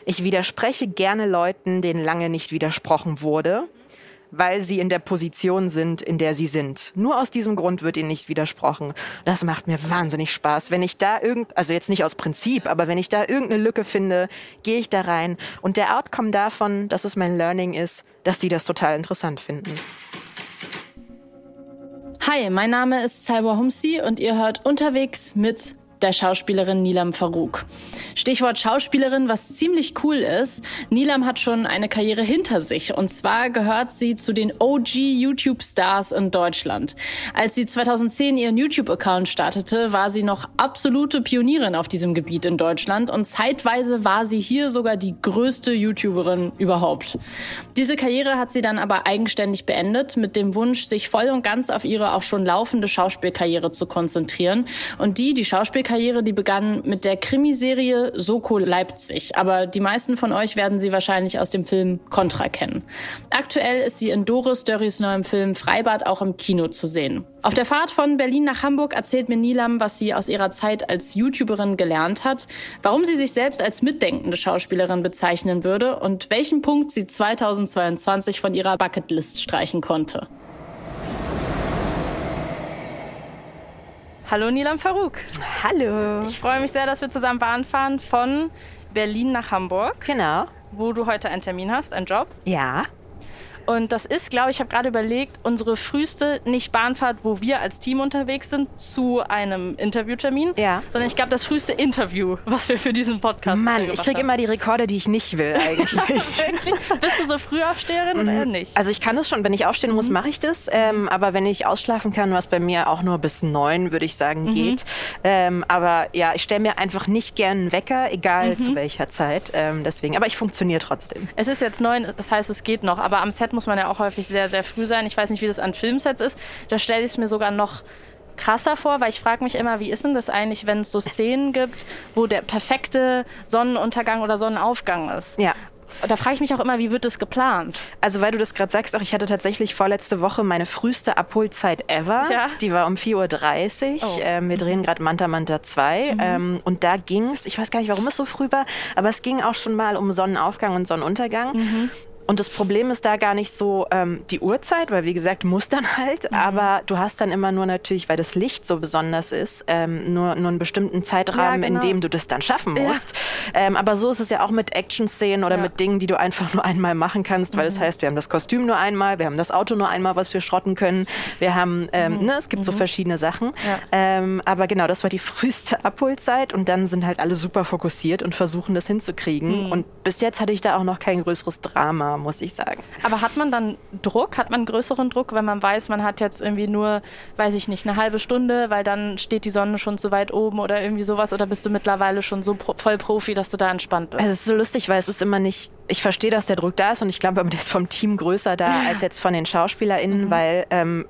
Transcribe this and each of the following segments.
Ich widerspreche gerne Leuten, denen lange nicht widersprochen wurde, weil sie in der Position sind, in der sie sind. Nur aus diesem Grund wird ihnen nicht widersprochen. Das macht mir wahnsinnig Spaß. Wenn ich da also jetzt nicht aus Prinzip, aber wenn ich da irgendeine Lücke finde, gehe ich da rein. Und der Outcome davon, dass es mein Learning ist, dass die das total interessant finden. Hi, mein Name ist Salwa Humsi und ihr hört Unterwegs mit der Schauspielerin Nilam Farouk. Stichwort Schauspielerin, was ziemlich cool ist. Nilam hat schon eine Karriere hinter sich und zwar gehört sie zu den OG YouTube-Stars in Deutschland. Als sie 2010 ihren YouTube-Account startete, war sie noch absolute Pionierin auf diesem Gebiet in Deutschland und zeitweise war sie hier sogar die größte YouTuberin überhaupt. Diese Karriere hat sie dann aber eigenständig beendet mit dem Wunsch, sich voll und ganz auf ihre auch schon laufende Schauspielkarriere zu konzentrieren. Und die Schauspielkarriere, die begann mit der Krimiserie Soko Leipzig. Aber die meisten von euch werden sie wahrscheinlich aus dem Film Contra kennen. Aktuell ist sie in Doris Dörries neuem Film Freibad auch im Kino zu sehen. Auf der Fahrt von Berlin nach Hamburg erzählt mir Nilam, was sie aus ihrer Zeit als YouTuberin gelernt hat, warum sie sich selbst als mitdenkende Schauspielerin bezeichnen würde und welchen Punkt sie 2022 von ihrer Bucketlist streichen konnte. Hallo Nilam Farouk. Hallo. Ich freue mich sehr, dass wir zusammen Bahn fahren von Berlin nach Hamburg. Genau. Wo du heute einen Termin hast, einen Job. Ja. Und das ist, glaube ich, habe gerade überlegt, unsere früheste, nicht Bahnfahrt, wo wir als Team unterwegs sind, zu einem Interviewtermin. Ja. Sondern ich glaube, das früheste Interview, was wir für diesen Podcast Mann, ich kriege immer die Rekorde, die ich nicht will eigentlich. Wirklich? Bist du so Frühaufsteherin oder eher nicht? Also ich kann es schon, wenn ich aufstehen muss, mache ich das. Aber wenn ich ausschlafen kann, was bei mir auch nur bis 9, würde ich sagen, geht. Aber ja, ich stelle mir einfach nicht gern einen Wecker, egal zu welcher Zeit. Deswegen. Aber ich funktioniere trotzdem. Es ist jetzt 9, das heißt, es geht noch. Aber am Set muss man ja auch häufig sehr, sehr früh sein. Ich weiß nicht, wie das an Filmsets ist. Da stelle ich es mir sogar noch krasser vor, weil ich frage mich immer, wie ist denn das eigentlich, wenn es so Szenen gibt, wo der perfekte Sonnenuntergang oder Sonnenaufgang ist? Ja. Da frage ich mich auch immer, wie wird das geplant? Also weil du das gerade sagst, auch ich hatte tatsächlich vorletzte Woche meine früheste Abholzeit ever. Ja. Die war um 4:30 Uhr. Wir drehen gerade Manta Manta 2. Und da ging es, ich weiß gar nicht, warum es so früh war, aber es ging auch schon mal um Sonnenaufgang und Sonnenuntergang. Und das Problem ist da gar nicht so die Uhrzeit, weil wie gesagt, muss dann halt. Aber du hast dann immer nur natürlich, weil das Licht so besonders ist, nur einen bestimmten Zeitrahmen, in dem du das dann schaffen musst. Aber so ist es ja auch mit Action-Szenen oder mit Dingen, die du einfach nur einmal machen kannst, weil das heißt, wir haben das Kostüm nur einmal, wir haben das Auto nur einmal, was wir schrotten können. Wir haben, es gibt so verschiedene Sachen. Aber genau, das war die früheste Abholzeit und dann sind halt alle super fokussiert und versuchen das hinzukriegen. Und bis jetzt hatte ich da auch noch kein größeres Drama, muss ich sagen. Aber hat man dann Druck? Hat man einen größeren Druck, wenn man weiß, man hat jetzt irgendwie nur, weiß ich nicht, eine halbe Stunde, weil dann steht die Sonne schon zu weit oben oder irgendwie sowas? Oder bist du mittlerweile schon so voll Profi, dass du da entspannt bist? Also es ist so lustig, weil es ist immer nicht, ich verstehe, dass der Druck da ist und ich glaube, aber der ist vom Team größer da als jetzt von den SchauspielerInnen, weil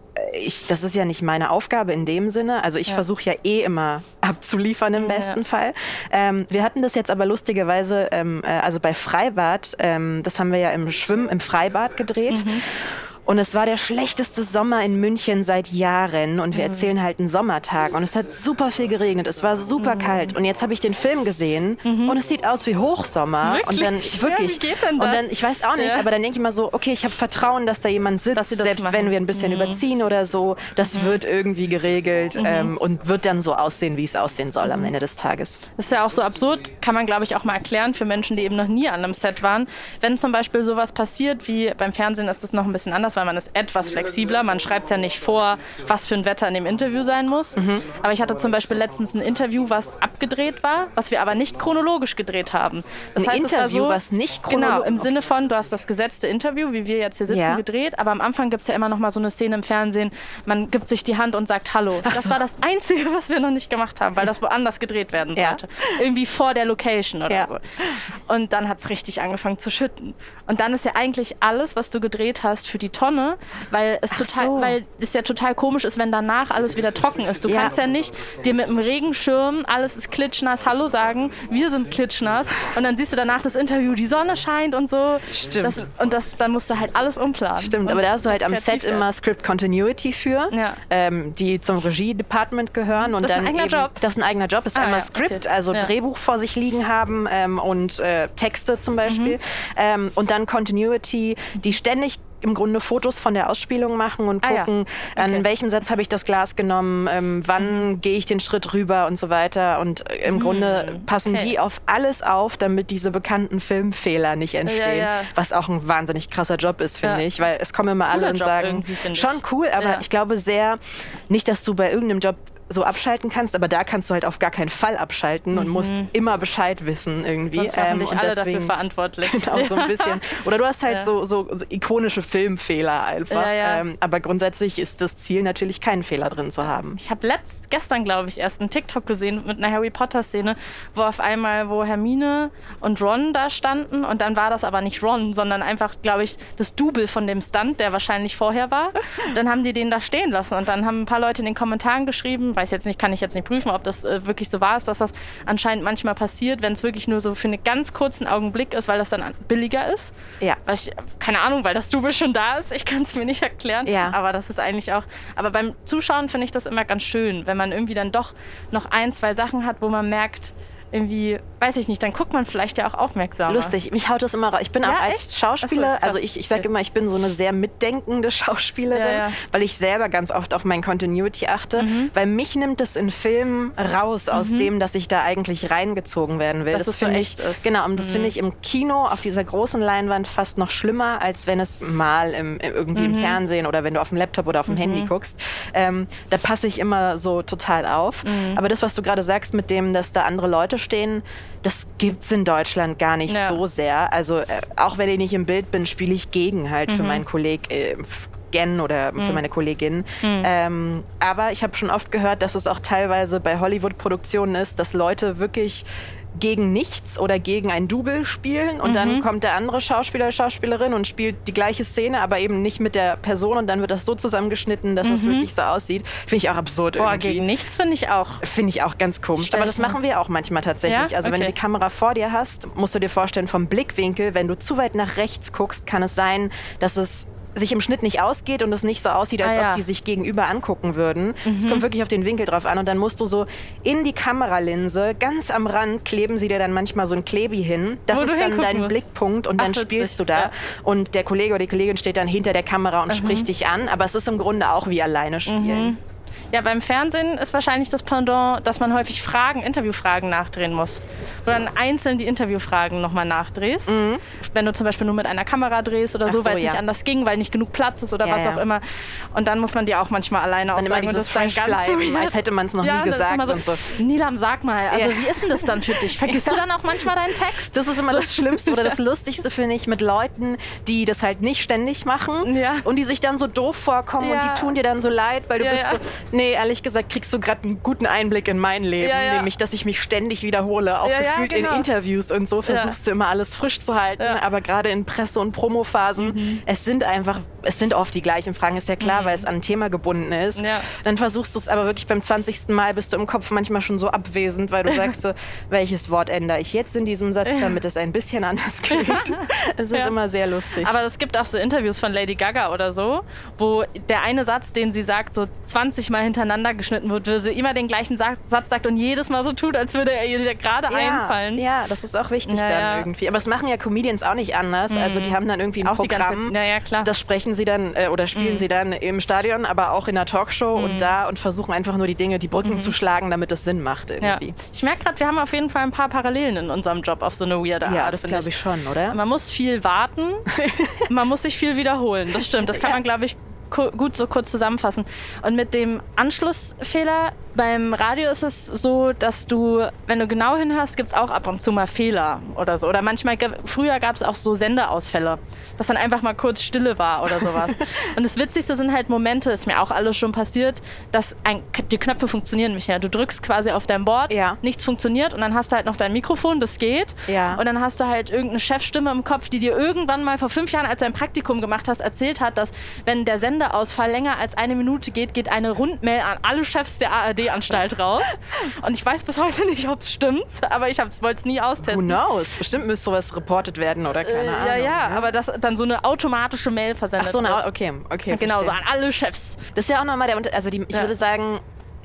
das ist ja nicht meine Aufgabe in dem Sinne. Also ich versuche ja immer abzuliefern im besten Fall. Wir hatten das jetzt aber lustigerweise, also bei Freibad, das haben wir ja im Freibad gedreht. Und es war der schlechteste Sommer in München seit Jahren. Und wir erzählen halt einen Sommertag. Und es hat super viel geregnet. Es war super kalt. Und jetzt habe ich den Film gesehen. Und es sieht aus wie Hochsommer. Wirklich? Und dann wirklich. Ja, wie geht denn das? Und dann, ich weiß auch nicht, aber dann denke ich immer so, okay, ich habe Vertrauen, dass da jemand sitzt, selbst wenn wir ein bisschen überziehen oder so. Das wird irgendwie geregelt und wird dann so aussehen, wie es aussehen soll am Ende des Tages. Das ist ja auch so absurd, kann man, glaube ich, auch mal erklären für Menschen, die eben noch nie an einem Set waren. Wenn zum Beispiel sowas passiert, wie beim Fernsehen ist das noch ein bisschen anders, weil man ist etwas flexibler. Man schreibt ja nicht vor, was für ein Wetter in dem Interview sein muss. Aber ich hatte zum Beispiel letztens ein Interview, was abgedreht war, was wir aber nicht chronologisch gedreht haben. Das heißt, Interview, so, was nicht chronologisch... Genau, im Sinne von, du hast das gesetzte Interview, wie wir jetzt hier sitzen, gedreht, aber am Anfang gibt es ja immer noch mal so eine Szene im Fernsehen, man gibt sich die Hand und sagt Hallo. Das war das Einzige, was wir noch nicht gemacht haben, weil das woanders gedreht werden sollte. Irgendwie vor der Location oder so. Und dann hat es richtig angefangen zu schütten. Und dann ist ja eigentlich alles, was du gedreht hast, für die Tonne, weil es ja total komisch ist, wenn danach alles wieder trocken ist. Du kannst ja nicht dir mit einem Regenschirm, alles ist klitschnass, Hallo sagen, wir sind klitschnass und dann siehst du danach das Interview, die Sonne scheint und so. Stimmt. Dann musst du halt alles umplanen. Stimmt, aber da hast du halt am Set immer Script Continuity für, die zum Regie-Department gehören. Und das ist ein eigener Job? Das ist ein eigener Job, ist einmal Script, also Drehbuch vor sich liegen haben und Texte zum Beispiel. Und dann Continuity, die ständig im Grunde Fotos von der Ausspielung machen und gucken, an welchem Satz habe ich das Glas genommen, wann gehe ich den Schritt rüber und so weiter. Und im Grunde passen die auf alles auf, damit diese bekannten Filmfehler nicht entstehen. Was auch ein wahnsinnig krasser Job ist, finde ich. Weil es kommen immer alle und sagen, schon cool, aber ich glaube sehr, nicht, dass du bei irgendeinem Job so abschalten kannst, aber da kannst du halt auf gar keinen Fall abschalten und musst immer Bescheid wissen irgendwie. Sonst machen dich alle dafür verantwortlich. Genau, so ein bisschen. Oder du hast halt so ikonische Filmfehler einfach. Aber grundsätzlich ist das Ziel natürlich, keinen Fehler drin zu haben. Ich habe gestern, glaube ich, erst einen TikTok gesehen mit einer Harry-Potter-Szene, wo Hermine und Ron da standen und dann war das aber nicht Ron, sondern einfach, glaube ich, das Double von dem Stunt, der wahrscheinlich vorher war. Dann haben die den da stehen lassen und dann haben ein paar Leute in den Kommentaren geschrieben, kann ich jetzt nicht prüfen, ob das wirklich so war, dass das anscheinend manchmal passiert, wenn es wirklich nur so für einen ganz kurzen Augenblick ist, weil das dann billiger ist. Ja. Keine Ahnung, weil das Double schon da ist. Ich kann es mir nicht erklären. Ja. Aber das ist eigentlich auch. Aber beim Zuschauen finde ich das immer ganz schön, wenn man irgendwie dann doch noch 1, 2 Sachen hat, wo man merkt, irgendwie, weiß ich nicht, dann guckt man vielleicht ja auch aufmerksamer. Lustig, mich haut das immer raus. Ich bin auch als Schauspieler, also ich sage immer, ich bin so eine sehr mitdenkende Schauspielerin, weil ich selber ganz oft auf mein Continuity achte, weil mich nimmt es in Filmen raus aus dem, dass ich da eigentlich reingezogen werden will. Das finde ich, und das finde ich im Kino auf dieser großen Leinwand fast noch schlimmer, als wenn es mal irgendwie im Fernsehen oder wenn du auf dem Laptop oder auf dem Handy guckst. Da passe ich immer so total auf. Aber das, was du gerade sagst mit dem, dass da andere Leute stehen, das gibt's in Deutschland gar nicht so sehr. Also auch wenn ich nicht im Bild bin, spiele ich gegen halt für meinen Kollegen oder für meine Kollegin. Aber ich habe schon oft gehört, dass es auch teilweise bei Hollywood-Produktionen ist, dass Leute wirklich gegen nichts oder gegen ein Double spielen und dann kommt der andere Schauspieler, Schauspielerin und spielt die gleiche Szene, aber eben nicht mit der Person und dann wird das so zusammengeschnitten, dass es wirklich so aussieht. Finde ich auch absurd irgendwie. Gegen nichts finde ich auch. Finde ich auch ganz komisch. Aber das machen wir auch manchmal tatsächlich. Ja? Also wenn du die Kamera vor dir hast, musst du dir vorstellen, vom Blickwinkel, wenn du zu weit nach rechts guckst, kann es sein, dass es sich im Schnitt nicht ausgeht und es nicht so aussieht, als ob die sich gegenüber angucken würden. Es kommt wirklich auf den Winkel drauf an und dann musst du so in die Kameralinse, ganz am Rand kleben sie dir dann manchmal so ein Klebi hin. Das ist dann dein Blickpunkt und dann spielst du da. Und der Kollege oder die Kollegin steht dann hinter der Kamera und spricht dich an, aber es ist im Grunde auch wie alleine spielen. Ja, beim Fernsehen ist wahrscheinlich das Pendant, dass man häufig Interviewfragen nachdrehen muss. Wo dann einzeln die Interviewfragen nochmal nachdrehst. Wenn du zum Beispiel nur mit einer Kamera drehst oder so, weil es nicht anders ging, weil nicht genug Platz ist oder was auch immer. Und dann muss man die auch manchmal alleine dann sagen. Und das dann ganz bleiben, als hätte man es noch nie gesagt. Und so. Nilam, sag mal, also wie ist denn das dann für dich? Vergisst du dann auch manchmal deinen Text? Das ist immer das Schlimmste oder das Lustigste, finde ich, mit Leuten, die das halt nicht ständig machen und die sich dann so doof vorkommen und die tun dir dann so leid, weil du bist so, nee, ehrlich gesagt, kriegst du gerade einen guten Einblick in mein Leben, nämlich, dass ich mich ständig wiederhole, auch gefühlt in Interviews und so versuchst du immer alles frisch zu halten, aber gerade in Presse- und Promophasen, es sind oft die gleichen Fragen, ist ja klar, weil es an ein Thema gebunden ist. Dann versuchst du es aber wirklich beim 20. Mal, bist du im Kopf manchmal schon so abwesend, weil du sagst so, welches Wort ändere ich jetzt in diesem Satz, damit es ein bisschen anders klingt. Es ist immer sehr lustig. Aber es gibt auch so Interviews von Lady Gaga oder so, wo der eine Satz, den sie sagt, so 20 Mal hintereinander geschnitten wird, wo sie immer den gleichen Satz sagt und jedes Mal so tut, als würde er ihr gerade einfallen. Ja, das ist auch wichtig dann irgendwie. Aber das machen ja Comedians auch nicht anders. Also die haben dann irgendwie ein Programm, das sprechen sie dann oder spielen sie dann im Stadion, aber auch in der Talkshow und versuchen einfach nur die Brücken zu schlagen, damit es Sinn macht irgendwie. Ja. Ich merke gerade, wir haben auf jeden Fall ein paar Parallelen in unserem Job auf so eine weirde Art. Ja, das glaube ich schon, oder? Man muss viel warten, man muss sich viel wiederholen. Das stimmt, das kann man, glaube ich, gut so kurz zusammenfassen. Und mit dem Anschlussfehler Beim Radio ist es so, dass du, wenn du genau hinhörst, gibt es auch ab und zu mal Fehler oder so. Oder manchmal, früher gab es auch so Sendeausfälle, dass dann einfach mal kurz Stille war oder sowas. Und das Witzigste sind halt Momente, ist mir auch alles schon passiert, dass die Knöpfe funktionieren nicht mehr. Du drückst quasi auf dein Board, nichts funktioniert und dann hast du halt noch dein Mikrofon, das geht. Ja. Und dann hast du halt irgendeine Chefstimme im Kopf, die dir irgendwann mal vor 5 Jahren, als du ein Praktikum gemacht hast, erzählt hat, dass wenn der Sendeausfall länger als 1 Minute geht eine Rundmail an alle Chefs der ARD-Anstalt raus. Und ich weiß bis heute nicht, ob es stimmt, aber ich wollte es nie austesten. Who knows? Bestimmt müsste sowas reportet werden oder keine Ahnung. Ja, aber dass dann so eine automatische Mail versendet wird. Okay. Genau, so an alle Chefs. Das ist ja auch nochmal der Unterschied. Also ich würde sagen,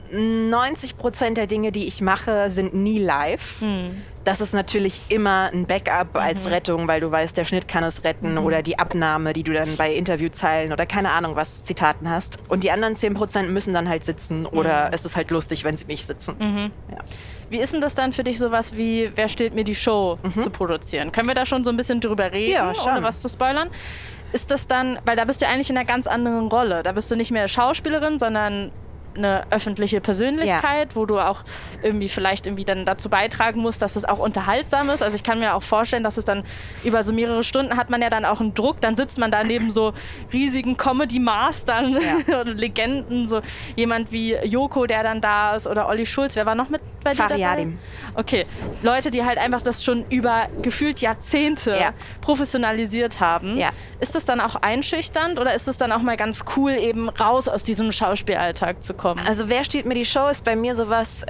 90% der Dinge, die ich mache, sind nie live. Das ist natürlich immer ein Backup als Rettung, weil du weißt, der Schnitt kann es retten oder die Abnahme, die du dann bei Interviewzeilen oder keine Ahnung was Zitaten hast. Und die anderen 10% müssen dann halt sitzen oder es ist halt lustig, wenn sie nicht sitzen. Ja. Wie ist denn das dann für dich, sowas wie Wer stiehlt mir die Show zu produzieren? Können wir da schon so ein bisschen drüber reden, ohne was zu spoilern? Ist das dann, weil da bist du eigentlich in einer ganz anderen Rolle. Da bist du nicht mehr Schauspielerin, sondern eine öffentliche Persönlichkeit, wo du auch vielleicht dann dazu beitragen musst, dass es auch unterhaltsam ist. Also ich kann mir auch vorstellen, dass es dann über so mehrere Stunden hat man ja dann auch einen Druck, dann sitzt man da neben so riesigen Comedy-Mastern und Legenden, so jemand wie Joko, der dann da ist, oder Olli Schulz. Wer war noch mit bei dir dabei? Okay, Leute, die halt einfach das schon über gefühlt Jahrzehnte professionalisiert haben. Ja. Ist das dann auch einschüchternd oder ist es dann auch mal ganz cool, eben raus aus diesem Schauspielalltag zu kommen? Also Wer stiehlt mir die Show ist bei mir sowas,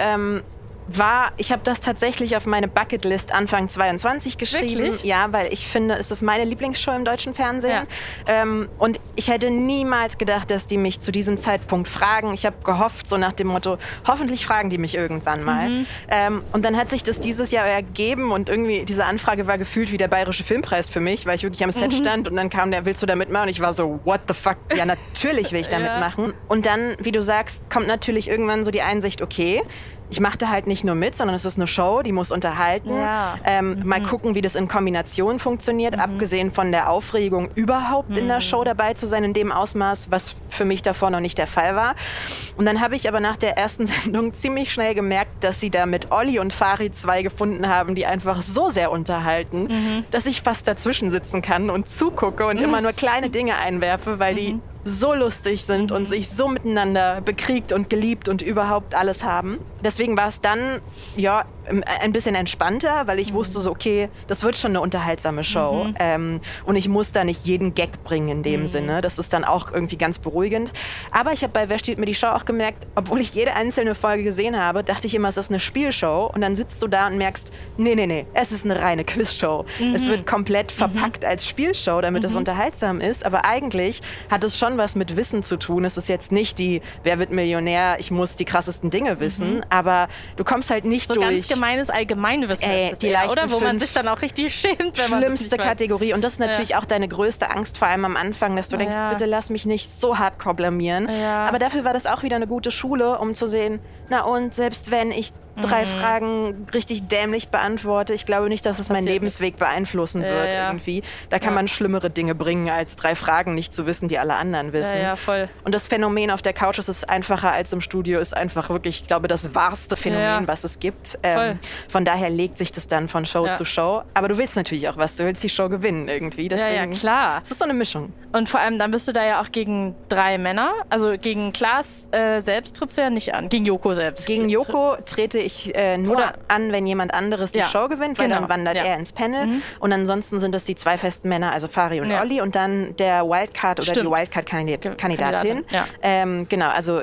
ich habe das tatsächlich auf meine Bucketlist Anfang 22 geschrieben. Wirklich? Ja, weil ich finde, es ist meine Lieblingsshow im deutschen Fernsehen. Ja. Und ich hätte niemals gedacht, dass die mich zu diesem Zeitpunkt fragen. Ich habe gehofft, so nach dem Motto, hoffentlich fragen die mich irgendwann mal. Und dann hat sich das dieses Jahr ergeben und irgendwie diese Anfrage war gefühlt wie der Bayerische Filmpreis für mich, weil ich wirklich am Set stand und dann kam der, willst du da mitmachen? Und ich war so, what the fuck? Ja, natürlich will ich da mitmachen. Und dann, wie du sagst, kommt natürlich irgendwann so die Einsicht, okay, ich mache da halt nicht nur mit, sondern es ist eine Show, die muss unterhalten. Ja. Mal gucken, wie das in Kombination funktioniert, abgesehen von der Aufregung, überhaupt in der Show dabei zu sein, in dem Ausmaß, was für mich davor noch nicht der Fall war. Und dann habe ich aber nach der ersten Sendung ziemlich schnell gemerkt, dass sie da mit Olli und Farid 2 gefunden haben, die einfach so sehr unterhalten, dass ich fast dazwischen sitzen kann und zugucke und immer nur kleine Dinge einwerfe, weil die so lustig sind und sich so miteinander bekriegt und geliebt und überhaupt alles haben. Deswegen war es dann ein bisschen entspannter, weil ich wusste so, okay, das wird schon eine unterhaltsame Show. Und ich muss da nicht jeden Gag bringen in dem Sinne. Das ist dann auch irgendwie ganz beruhigend. Aber ich habe bei Wer stiehlt mir die Show auch gemerkt, obwohl ich jede einzelne Folge gesehen habe, dachte ich immer, es ist eine Spielshow. Und dann sitzt du da und merkst, nee, es ist eine reine Quizshow. Es wird komplett verpackt als Spielshow, damit es unterhaltsam ist. Aber eigentlich hat es schon was mit Wissen zu tun. Es ist jetzt nicht die, wer wird Millionär, ich muss die krassesten Dinge wissen. Aber du kommst halt nicht so durch... ganz gemeines Allgemeinwissen ist das oder? Wo man sich dann auch richtig schämt, wenn man das nicht weiß. Kategorie. Und das ist natürlich auch deine größte Angst, vor allem am Anfang, dass du denkst, bitte lass mich nicht so hardcore blamieren. Ja. Aber dafür war das auch wieder eine gute Schule, um zu sehen, na und selbst wenn ich 3 Fragen richtig dämlich beantworte. Ich glaube nicht, dass es meinen Lebensweg beeinflussen wird irgendwie. Da kann man schlimmere Dinge bringen, als 3 Fragen nicht zu wissen, die alle anderen wissen. Ja, voll. Und das Phänomen auf der Couch ist es einfacher als im Studio, ist einfach wirklich, ich glaube, das wahrste Phänomen, was es gibt. Von daher legt sich das dann von Show zu Show. Aber du willst natürlich auch was. Du willst die Show gewinnen irgendwie. Deswegen, ja, klar. Es ist so eine Mischung. Und vor allem, dann bist du da ja auch gegen 3 Männer. Also gegen Klaas selbst trittst du ja nicht an. Gegen Joko selbst. Gegen Joko trete ich nur an, wenn jemand anderes die Show gewinnt, weil dann wandert er ins Panel. Und ansonsten sind es die 2 festen Männer, also Fari und Olli und dann der Wildcard oder die Wildcard-Kandidatin. Genau, also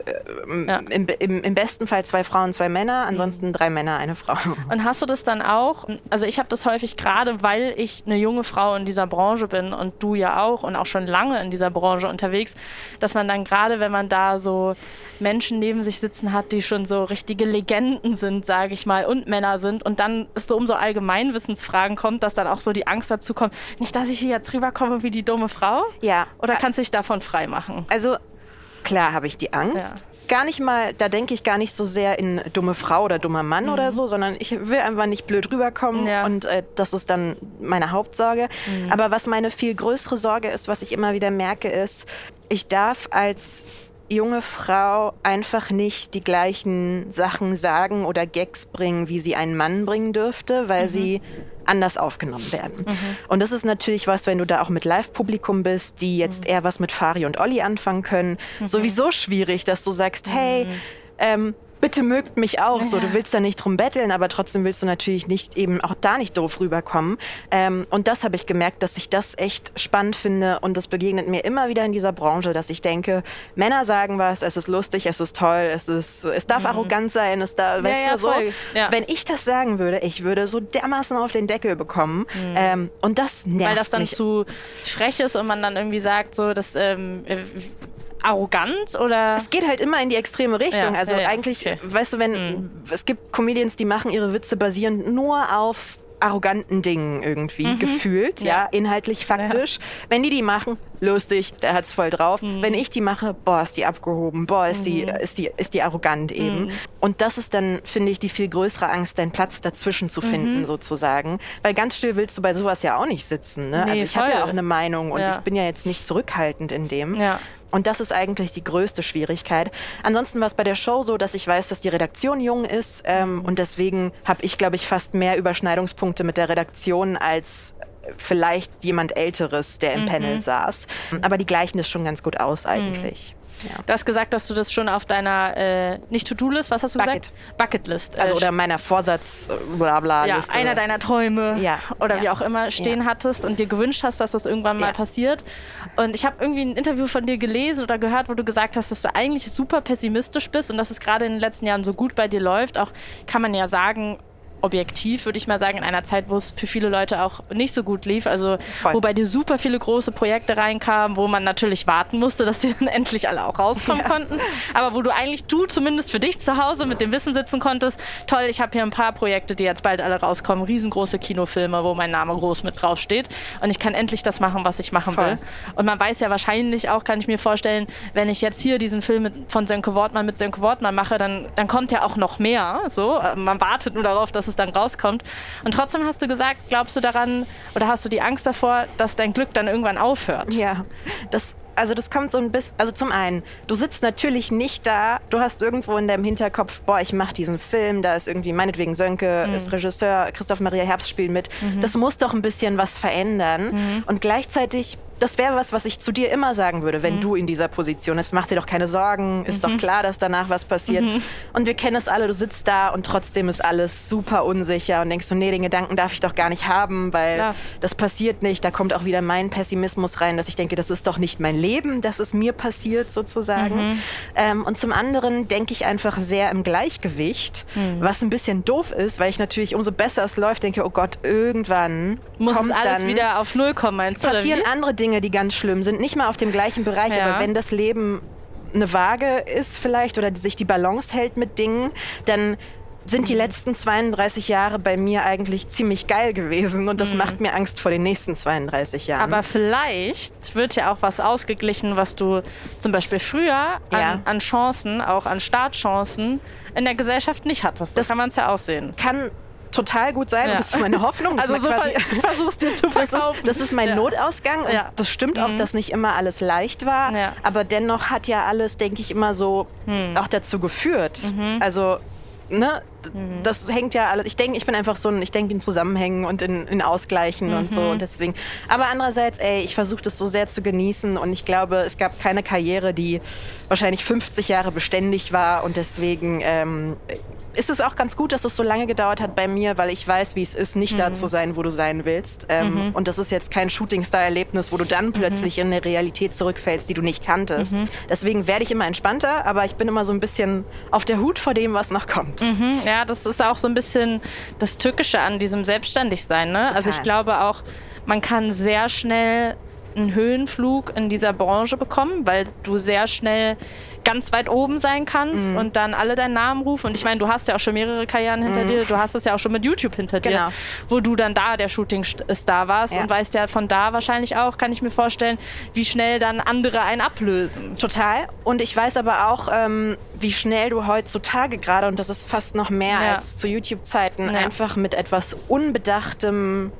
im besten Fall 2 Frauen, 2 Männer, ansonsten 3 Männer, 1 Frau. Und hast du das dann auch, also ich habe das häufig, gerade weil ich eine junge Frau in dieser Branche bin und du ja auch und auch schon lange in dieser Branche unterwegs, dass man dann gerade, wenn man da so Menschen neben sich sitzen hat, die schon so richtige Legenden sind, sage ich mal, und Männer sind und dann es so um so Allgemeinwissensfragen kommt, dass dann auch so die Angst dazu kommt, nicht, dass ich hier jetzt rüberkomme wie die dumme Frau? Ja. Oder kannst du dich davon frei machen? Also klar habe ich die Angst. Gar nicht mal, da denke ich gar nicht so sehr in dumme Frau oder dummer Mann oder so, sondern ich will einfach nicht blöd rüberkommen und das ist dann meine Hauptsorge. Aber was meine viel größere Sorge ist, was ich immer wieder merke, ist, ich darf als junge Frau einfach nicht die gleichen Sachen sagen oder Gags bringen, wie sie einen Mann bringen dürfte, weil sie anders aufgenommen werden. Und das ist natürlich was, wenn du da auch mit Live-Publikum bist, die jetzt eher was mit Fari und Olli anfangen können, sowieso schwierig, dass du sagst, hey, bitte mögt mich auch. So, du willst da nicht drum betteln, aber trotzdem willst du natürlich nicht eben auch da nicht doof rüberkommen. Und das habe ich gemerkt, dass ich das echt spannend finde und das begegnet mir immer wieder in dieser Branche, dass ich denke, Männer sagen was, es ist lustig, es ist toll, es darf arrogant sein, es darf, weißt du, so. Ja. Wenn ich das sagen würde, ich würde so dermaßen auf den Deckel bekommen. Und das nervt mich. Weil das dann zu frech ist und man dann irgendwie sagt, so, dass arrogant oder? Es geht halt immer in die extreme Richtung. Ja, also eigentlich, weißt du, es gibt Comedians, die machen ihre Witze basierend nur auf arroganten Dingen irgendwie gefühlt, inhaltlich, faktisch. Wenn die machen, lustig, der hat's voll drauf. Wenn ich die mache, boah, ist die abgehoben, boah, ist die arrogant eben. Und das ist dann, finde ich, die viel größere Angst, deinen Platz dazwischen zu finden, sozusagen. Weil ganz still willst du bei sowas ja auch nicht sitzen, ne? Nee, also ich habe ja auch eine Meinung und ich bin ja jetzt nicht zurückhaltend in dem. Ja. Und das ist eigentlich die größte Schwierigkeit. Ansonsten war es bei der Show so, dass ich weiß, dass die Redaktion jung ist. Und deswegen habe ich, glaube ich, fast mehr Überschneidungspunkte mit der Redaktion als vielleicht jemand Älteres, der im Panel saß. Aber die gleichen es schon ganz gut aus eigentlich. Ja. Du hast gesagt, dass du das schon auf deiner, nicht To-Do-List, was hast du gesagt? Bucketlist. Also oder meiner Vorsatz-Blabla-Liste. Ja, einer deiner Träume oder wie auch immer stehen hattest und dir gewünscht hast, dass das irgendwann mal passiert. Und ich habe irgendwie ein Interview von dir gelesen oder gehört, wo du gesagt hast, dass du eigentlich super pessimistisch bist und dass es gerade in den letzten Jahren so gut bei dir läuft. Auch kann man ja sagen, objektiv, würde ich mal sagen, in einer Zeit, wo es für viele Leute auch nicht so gut lief, also wo bei dir super viele große Projekte reinkamen, wo man natürlich warten musste, dass die dann endlich alle auch rauskommen konnten, aber wo du zumindest für dich zu Hause mit dem Wissen sitzen konntest, toll, ich habe hier ein paar Projekte, die jetzt bald alle rauskommen, riesengroße Kinofilme, wo mein Name groß mit draufsteht und ich kann endlich das machen, was ich machen will. Und man weiß ja wahrscheinlich auch, kann ich mir vorstellen, wenn ich jetzt hier diesen Film von Sönke Wortmann mit Sönke Wortmann mache, dann kommt ja auch noch mehr, so, man wartet nur darauf, dass es dann rauskommt. Und trotzdem hast du gesagt, glaubst du daran oder hast du die Angst davor, dass dein Glück dann irgendwann aufhört? Ja, das kommt so ein bisschen, also zum einen, du sitzt natürlich nicht da, du hast irgendwo in deinem Hinterkopf, boah, ich mache diesen Film, da ist irgendwie, meinetwegen Sönke, ist Regisseur, Christoph Maria Herbst spielt mit, das muss doch ein bisschen was verändern. Und gleichzeitig, das wäre was ich zu dir immer sagen würde, wenn du in dieser Position bist. Mach dir doch keine Sorgen, ist doch klar, dass danach was passiert. Und wir kennen es alle, du sitzt da und trotzdem ist alles super unsicher und denkst so, nee, den Gedanken darf ich doch gar nicht haben, weil das passiert nicht. Da kommt auch wieder mein Pessimismus rein, dass ich denke, das ist doch nicht mein Leben, dass es mir passiert sozusagen. Und zum anderen denke ich einfach sehr im Gleichgewicht, was ein bisschen doof ist, weil ich natürlich, umso besser es läuft, denke, oh Gott, irgendwann muss kommt es alles dann, wieder auf Null kommen, meinst du? Passieren andere Dinge, die ganz schlimm sind, nicht mal auf dem gleichen Bereich, aber wenn das Leben eine Waage ist vielleicht oder sich die Balance hält mit Dingen, dann sind die letzten 32 Jahre bei mir eigentlich ziemlich geil gewesen und das macht mir Angst vor den nächsten 32 Jahren. Aber vielleicht wird ja auch was ausgeglichen, was du zum Beispiel früher an Chancen, auch an Startchancen in der Gesellschaft nicht hattest. Das kann man es ja aussehen. Kann total gut sein und das ist meine Hoffnung. Also so ich versuch's dir zu verkaufen. Das ist mein Notausgang und das stimmt auch, dass nicht immer alles leicht war, aber dennoch hat ja alles, denke ich, immer so auch dazu geführt. Also, ne, das hängt ja alles, ich bin einfach so ich denke in Zusammenhängen und in Ausgleichen und so und deswegen, aber andererseits, ich versuche das so sehr zu genießen und ich glaube, es gab keine Karriere, die wahrscheinlich 50 Jahre beständig war und deswegen ist es auch ganz gut, dass es so lange gedauert hat bei mir, weil ich weiß, wie es ist, nicht da zu sein, wo du sein willst. Und das ist jetzt kein Shooting-Star-Erlebnis, wo du dann plötzlich in eine Realität zurückfällst, die du nicht kanntest. Deswegen werde ich immer entspannter, aber ich bin immer so ein bisschen auf der Hut vor dem, was noch kommt. Ja, das ist auch so ein bisschen das Tückische an diesem Selbstständigsein, ne? Also ich glaube auch, man kann sehr schnell einen Höhenflug in dieser Branche bekommen, weil du sehr schnell ganz weit oben sein kannst und dann alle deinen Namen rufen. Und ich meine, du hast ja auch schon mehrere Karrieren hinter dir, du hast es ja auch schon mit YouTube hinter dir, wo du dann da der Shooting-Star warst und weißt ja von da wahrscheinlich auch, kann ich mir vorstellen, wie schnell dann andere einen ablösen. Total. Und ich weiß aber auch, wie schnell du heutzutage gerade, und das ist fast noch mehr als zu YouTube-Zeiten, einfach mit etwas Unbedachtem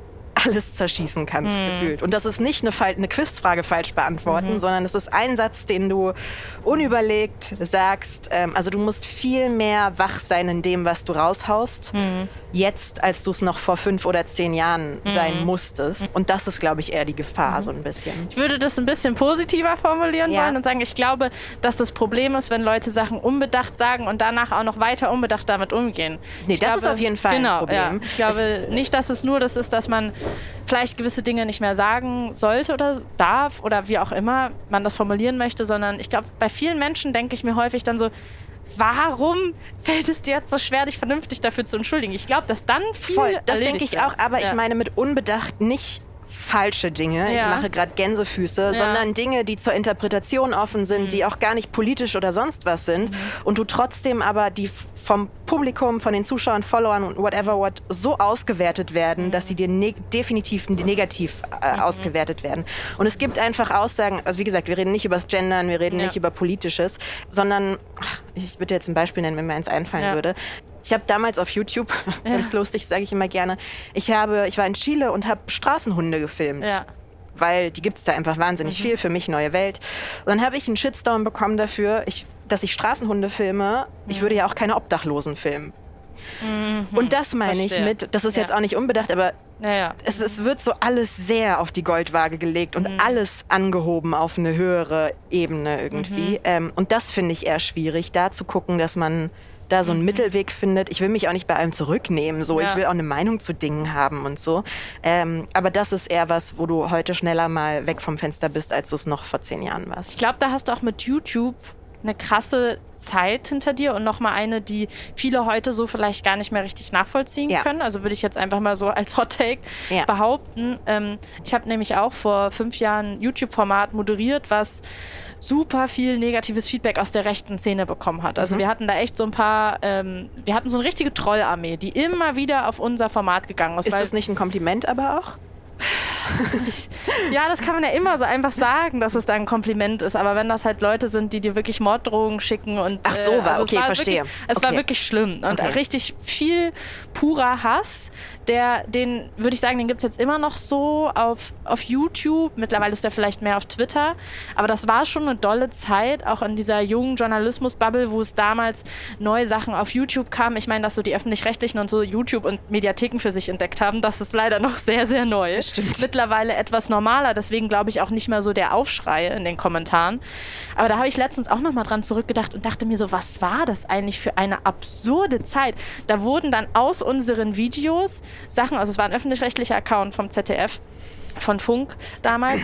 alles zerschießen kannst, gefühlt. Und das ist nicht eine Quizfrage falsch beantworten, sondern es ist ein Satz, den du unüberlegt sagst. Also du musst viel mehr wach sein in dem, was du raushaust, jetzt, als du es noch vor 5 oder 10 Jahren sein musstest. Und das ist, glaube ich, eher die Gefahr, so ein bisschen. Ich würde das ein bisschen positiver formulieren wollen und sagen, ich glaube, dass das Problem ist, wenn Leute Sachen unbedacht sagen und danach auch noch weiter unbedacht damit umgehen. Nee, das ist auf jeden Fall ein Problem. Ja. Ich glaube nicht, dass es nur das ist, dass man vielleicht gewisse Dinge nicht mehr sagen sollte oder darf oder wie auch immer man das formulieren möchte, sondern ich glaube, bei vielen Menschen denke ich mir häufig dann so, warum fällt es dir jetzt so schwer, dich vernünftig dafür zu entschuldigen? Ich glaube, dass dann viel Voll, das denke ich auch, aber ich meine mit unbedacht nicht falsche Dinge, ich mache gerade Gänsefüße, sondern Dinge, die zur Interpretation offen sind, die auch gar nicht politisch oder sonst was sind und du trotzdem aber die vom Publikum, von den Zuschauern, Followern und whatever what so ausgewertet werden, dass sie dir definitiv negativ ausgewertet werden. Und es gibt einfach Aussagen, also wie gesagt, wir reden nicht über das Gendern, wir reden nicht über Politisches, sondern, ich würde jetzt ein Beispiel nennen, wenn mir eins einfallen würde. Ich habe damals auf YouTube, ganz lustig, sage ich immer gerne, ich war in Chile und habe Straßenhunde gefilmt. Ja. Weil die gibt es da einfach wahnsinnig viel, für mich neue Welt. Und dann habe ich einen Shitstorm bekommen dafür, dass ich Straßenhunde filme. Ich würde ja auch keine Obdachlosen filmen. Und das meine ich mit, das ist jetzt auch nicht unbedacht, aber es wird so alles sehr auf die Goldwaage gelegt und alles angehoben auf eine höhere Ebene irgendwie. Und das finde ich eher schwierig, da zu gucken, dass man da so einen Mittelweg findet. Ich will mich auch nicht bei allem zurücknehmen. So. Ich will auch eine Meinung zu Dingen haben und so. Aber das ist eher was, wo du heute schneller mal weg vom Fenster bist, als du es noch vor 10 Jahren warst. Ich glaube, da hast du auch mit YouTube eine krasse Zeit hinter dir und nochmal eine, die viele heute so vielleicht gar nicht mehr richtig nachvollziehen können. Also würde ich jetzt einfach mal so als Hot Take behaupten. Ich habe nämlich auch vor 5 Jahren ein YouTube-Format moderiert, was super viel negatives Feedback aus der rechten Szene bekommen hat. Also wir hatten da echt so ein paar, wir hatten so eine richtige Trollarmee, die immer wieder auf unser Format gegangen ist. Ist das nicht ein Kompliment aber auch? Ja, das kann man ja immer so einfach sagen, dass es da ein Kompliment ist. Aber wenn das halt Leute sind, die dir wirklich Morddrohungen schicken und ach so, okay, verstehe. Es war wirklich schlimm und richtig viel purer Hass. Den würde ich sagen, den gibt es jetzt immer noch so auf YouTube. Mittlerweile ist der vielleicht mehr auf Twitter. Aber das war schon eine dolle Zeit, auch in dieser jungen Journalismus-Bubble, wo es damals neue Sachen auf YouTube kamen. Ich meine, dass so die Öffentlich-Rechtlichen und so YouTube und Mediatheken für sich entdeckt haben, das ist leider noch sehr, sehr neu. Das stimmt. Mittlerweile etwas normaler, deswegen glaube ich auch nicht mehr so der Aufschrei in den Kommentaren. Aber da habe ich letztens auch noch mal dran zurückgedacht und dachte mir so, was war das eigentlich für eine absurde Zeit? Da wurden dann aus unseren Videos Sachen, also es war ein öffentlich-rechtlicher Account vom ZDF, von Funk damals,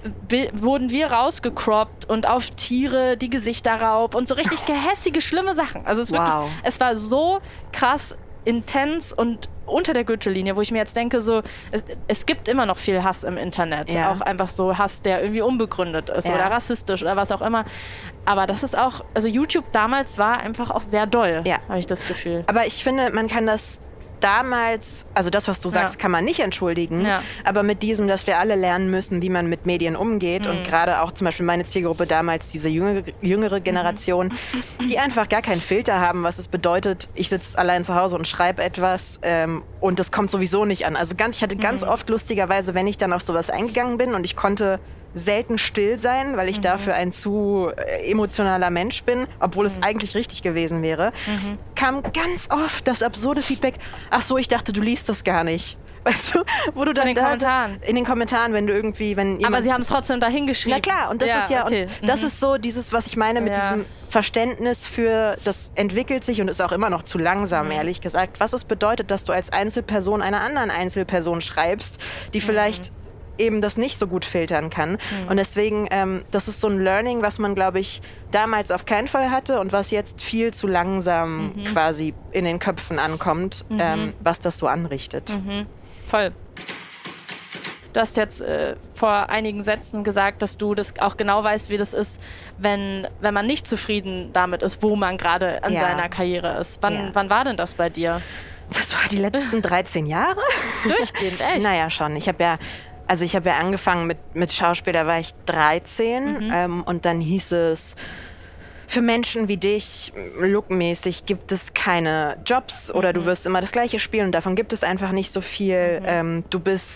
wurden wir rausgecroppt und auf Tiere die Gesichter rauf und so richtig gehässige, schlimme Sachen. Also es war so krass intens und unter der Gürtellinie, wo ich mir jetzt denke, so es gibt immer noch viel Hass im Internet. Ja. Auch einfach so Hass, der irgendwie unbegründet ist oder rassistisch oder was auch immer. Aber das ist auch, also YouTube damals war einfach auch sehr doll, habe ich das Gefühl. Aber ich finde, man kann das damals, also das, was du sagst, kann man nicht entschuldigen, aber mit diesem, dass wir alle lernen müssen, wie man mit Medien umgeht und gerade auch zum Beispiel meine Zielgruppe damals, diese jüngere Generation, die einfach gar keinen Filter haben, was es bedeutet, ich sitze allein zu Hause und schreibe etwas und das kommt sowieso nicht an. Also ich hatte ganz oft lustigerweise, wenn ich dann auf sowas eingegangen bin und ich konnte selten still sein, weil ich dafür ein zu emotionaler Mensch bin, obwohl es eigentlich richtig gewesen wäre, kam ganz oft das absurde Feedback, ach so, ich dachte, du liest das gar nicht. Weißt du, wo du dann in den Kommentaren, wenn du irgendwie, wenn jemand, aber sie haben es trotzdem dahingeschrieben. Na klar, und das ist und das ist so dieses, was ich meine mit diesem Verständnis für, das entwickelt sich und ist auch immer noch zu langsam, ehrlich gesagt, was es bedeutet, dass du als Einzelperson einer anderen Einzelperson schreibst, die vielleicht eben das nicht so gut filtern kann. Und deswegen, das ist so ein Learning, was man, glaube ich, damals auf keinen Fall hatte und was jetzt viel zu langsam quasi in den Köpfen ankommt, was das so anrichtet. Voll. Du hast jetzt vor einigen Sätzen gesagt, dass du das auch genau weißt, wie das ist, wenn man nicht zufrieden damit ist, wo man gerade an seiner Karriere ist. Wann war denn das bei dir? Das war die letzten 13 Jahre. Durchgehend, echt? Naja, schon. Ich habe ja angefangen mit Schauspiel, da war ich 13 und dann hieß es, für Menschen wie dich, lookmäßig, gibt es keine Jobs oder du wirst immer das Gleiche spielen und davon gibt es einfach nicht so viel. Du bist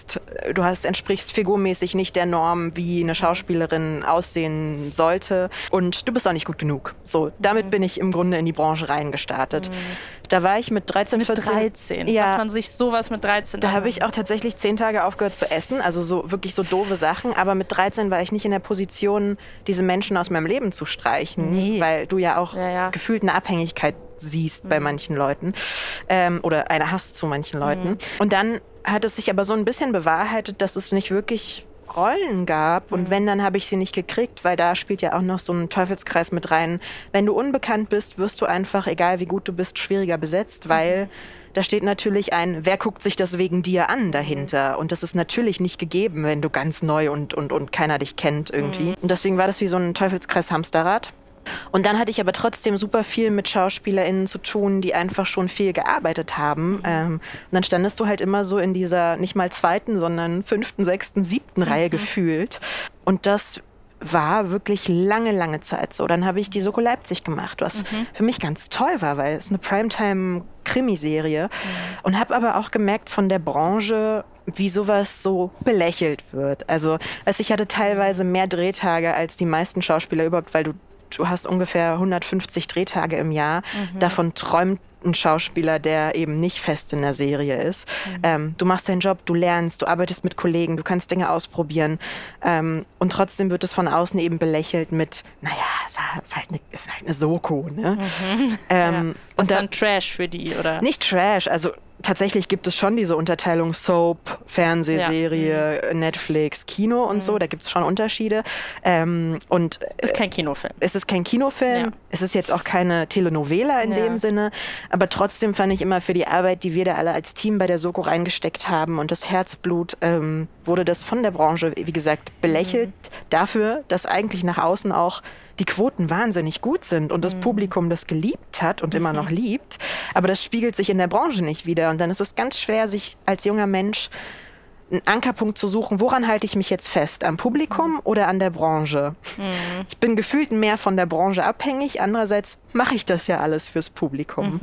entsprichst figurmäßig nicht der Norm, wie eine Schauspielerin aussehen sollte und du bist auch nicht gut genug. So, damit bin ich im Grunde in die Branche reingestartet. Da war ich mit 13, 14. Mit 13? Ja, dass man sich sowas mit 13... Da habe ich auch tatsächlich 10 Tage aufgehört zu essen, also so wirklich so doofe Sachen, aber mit 13 war ich nicht in der Position, diese Menschen aus meinem Leben zu streichen, weil du ja auch gefühlt eine Abhängigkeit siehst bei manchen Leuten oder eine Hass zu manchen Leuten. Und dann hat es sich aber so ein bisschen bewahrheitet, dass es nicht wirklich Rollen gab und wenn, dann habe ich sie nicht gekriegt, weil da spielt ja auch noch so ein Teufelskreis mit rein. Wenn du unbekannt bist, wirst du einfach, egal wie gut du bist, schwieriger besetzt, weil da steht natürlich wer guckt sich das wegen dir an dahinter und das ist natürlich nicht gegeben, wenn du ganz neu und keiner dich kennt irgendwie. Und deswegen war das wie so ein Teufelskreis-Hamsterrad. Und dann hatte ich aber trotzdem super viel mit SchauspielerInnen zu tun, die einfach schon viel gearbeitet haben. Und dann standest du halt immer so in dieser nicht mal 2., sondern 5., 6., 7. Reihe gefühlt. Und das war wirklich lange, lange Zeit so. Dann habe ich die Soko Leipzig gemacht, was für mich ganz toll war, weil es eine Primetime-Krimiserie. Und habe aber auch gemerkt von der Branche, wie sowas so belächelt wird. Also ich hatte teilweise mehr Drehtage als die meisten Schauspieler überhaupt, weil du hast ungefähr 150 Drehtage im Jahr. Davon träumt ein Schauspieler, der eben nicht fest in der Serie ist. Du machst deinen Job, du lernst, du arbeitest mit Kollegen, du kannst Dinge ausprobieren. Und trotzdem wird es von außen eben belächelt mit, naja, ist halt eine Soko. Ne? Und dann Trash für die, oder? Nicht Trash, also tatsächlich gibt es schon diese Unterteilung Soap, Fernsehserie, Netflix, Kino und so. Da gibt es schon Unterschiede. Und ist kein Kinofilm. Es ist kein Kinofilm. Ja. Es ist jetzt auch keine Telenovela in dem Sinne. Aber trotzdem fand ich immer für die Arbeit, die wir da alle als Team bei der Soko reingesteckt haben und das Herzblut, wurde das von der Branche, wie gesagt, belächelt dafür, dass eigentlich nach außen auch die Quoten wahnsinnig gut sind und das Publikum das geliebt hat und immer noch liebt. Aber das spiegelt sich in der Branche nicht wieder. Und dann ist es ganz schwer, sich als junger Mensch einen Ankerpunkt zu suchen. Woran halte ich mich jetzt fest? Am Publikum oder an der Branche? Ich bin gefühlt mehr von der Branche abhängig. Andererseits mache ich das ja alles fürs Publikum.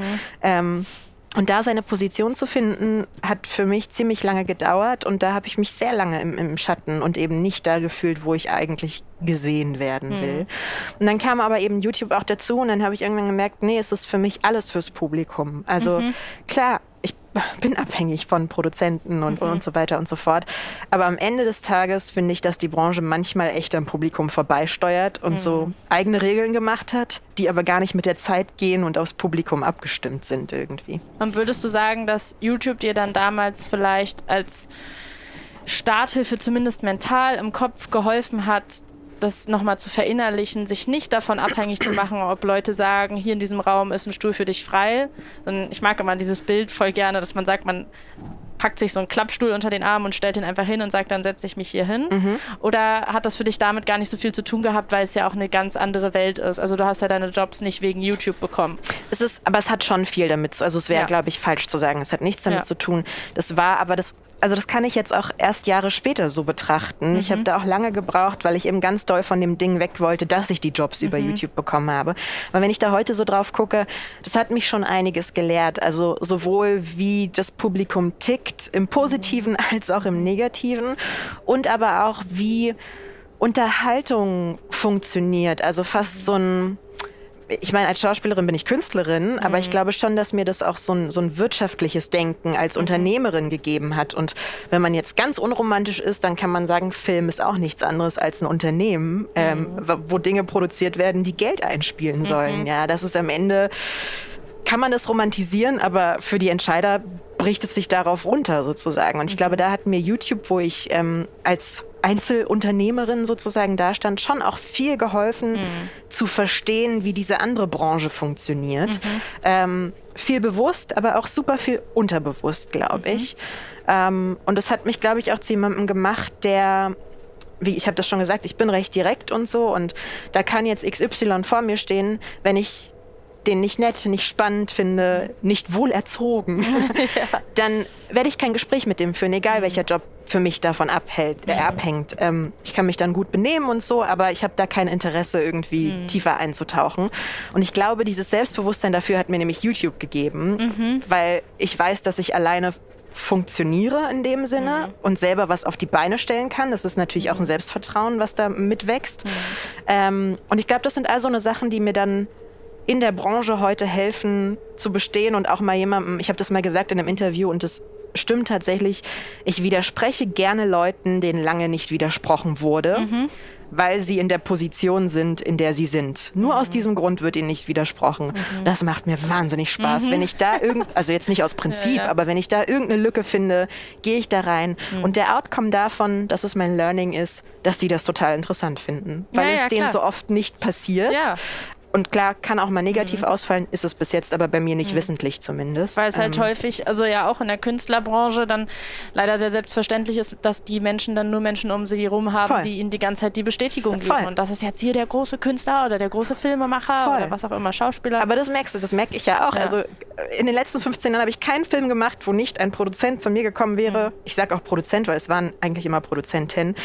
Und da seine Position zu finden, hat für mich ziemlich lange gedauert. Und da habe ich mich sehr lange im Schatten und eben nicht da gefühlt, wo ich eigentlich gesehen werden will. Und dann kam aber eben YouTube auch dazu und dann habe ich irgendwann gemerkt, nee, es ist für mich alles fürs Publikum. Also klar, ich bin abhängig von Produzenten und so weiter und so fort. Aber am Ende des Tages finde ich, dass die Branche manchmal echt am Publikum vorbeisteuert und so eigene Regeln gemacht hat, die aber gar nicht mit der Zeit gehen und aufs Publikum abgestimmt sind irgendwie. Und würdest du sagen, dass YouTube dir dann damals vielleicht als Starthilfe zumindest mental im Kopf geholfen hat, das nochmal zu verinnerlichen, sich nicht davon abhängig zu machen, ob Leute sagen, hier in diesem Raum ist ein Stuhl für dich frei, sondern ich mag immer dieses Bild voll gerne, dass man sagt, man packt sich so einen Klappstuhl unter den Arm und stellt ihn einfach hin und sagt, dann setze ich mich hier hin. Oder hat das für dich damit gar nicht so viel zu tun gehabt, weil es ja auch eine ganz andere Welt ist? Also du hast ja deine Jobs nicht wegen YouTube bekommen. Aber es hat schon viel damit, also es wäre, glaube ich, falsch zu sagen, es hat nichts damit zu tun. Das kann ich jetzt auch erst Jahre später so betrachten. Ich habe da auch lange gebraucht, weil ich eben ganz doll von dem Ding weg wollte, dass ich die Jobs über YouTube bekommen habe. Aber wenn ich da heute so drauf gucke, das hat mich schon einiges gelehrt. Also sowohl wie das Publikum tickt, im Positiven als auch im Negativen. Und aber auch wie Unterhaltung funktioniert. Also fast so ein... Ich meine, als Schauspielerin bin ich Künstlerin, aber ich glaube schon, dass mir das auch so ein wirtschaftliches Denken als Unternehmerin gegeben hat. Und wenn man jetzt ganz unromantisch ist, dann kann man sagen, Film ist auch nichts anderes als ein Unternehmen, wo Dinge produziert werden, die Geld einspielen sollen. Ja, das ist am Ende, kann man das romantisieren, aber für die Entscheider bricht es sich darauf runter sozusagen. Und ich glaube, da hat mir YouTube, wo ich als Einzelunternehmerin sozusagen dastand, schon auch viel geholfen, zu verstehen, wie diese andere Branche funktioniert. Viel bewusst, aber auch super viel unterbewusst, glaube ich. Und das hat mich, glaube ich, auch zu jemandem gemacht, der, wie ich habe das schon gesagt, ich bin recht direkt und so. Und da kann jetzt XY vor mir stehen, wenn ich den nicht nett, nicht spannend finde, nicht wohlerzogen, dann werde ich kein Gespräch mit dem führen, egal welcher Job für mich davon abhängt. Ich kann mich dann gut benehmen und so, aber ich habe da kein Interesse, irgendwie tiefer einzutauchen. Und ich glaube, dieses Selbstbewusstsein dafür hat mir nämlich YouTube gegeben, weil ich weiß, dass ich alleine funktioniere in dem Sinne und selber was auf die Beine stellen kann. Das ist natürlich auch ein Selbstvertrauen, was da mitwächst. Und ich glaube, das sind also eine Sachen, die mir dann in der Branche heute helfen zu bestehen und auch mal jemandem, ich habe das mal gesagt in einem Interview und das stimmt tatsächlich, ich widerspreche gerne Leuten, denen lange nicht widersprochen wurde, weil sie in der Position sind, in der sie sind. Nur aus diesem Grund wird ihnen nicht widersprochen. Das macht mir wahnsinnig Spaß. Wenn ich da also jetzt nicht aus Prinzip, aber wenn ich da irgendeine Lücke finde, gehe ich da rein. Und der Outcome davon, dass es mein Learning ist, dass die das total interessant finden. Weil es denen so oft nicht passiert. Ja. Und klar, kann auch mal negativ ausfallen, ist es bis jetzt aber bei mir nicht wissentlich zumindest. Weil es halt häufig, also ja auch in der Künstlerbranche dann leider sehr selbstverständlich ist, dass die Menschen dann nur Menschen um sie herum haben, die ihnen die ganze Zeit die Bestätigung geben. Und das ist jetzt hier der große Künstler oder der große Filmemacher oder was auch immer, Schauspieler. Aber das merkst du, das merke ich ja auch. Ja. Also in den letzten 15 Jahren habe ich keinen Film gemacht, wo nicht ein Produzent von mir gekommen wäre. Ich sage auch Produzent, weil es waren eigentlich immer Produzenten.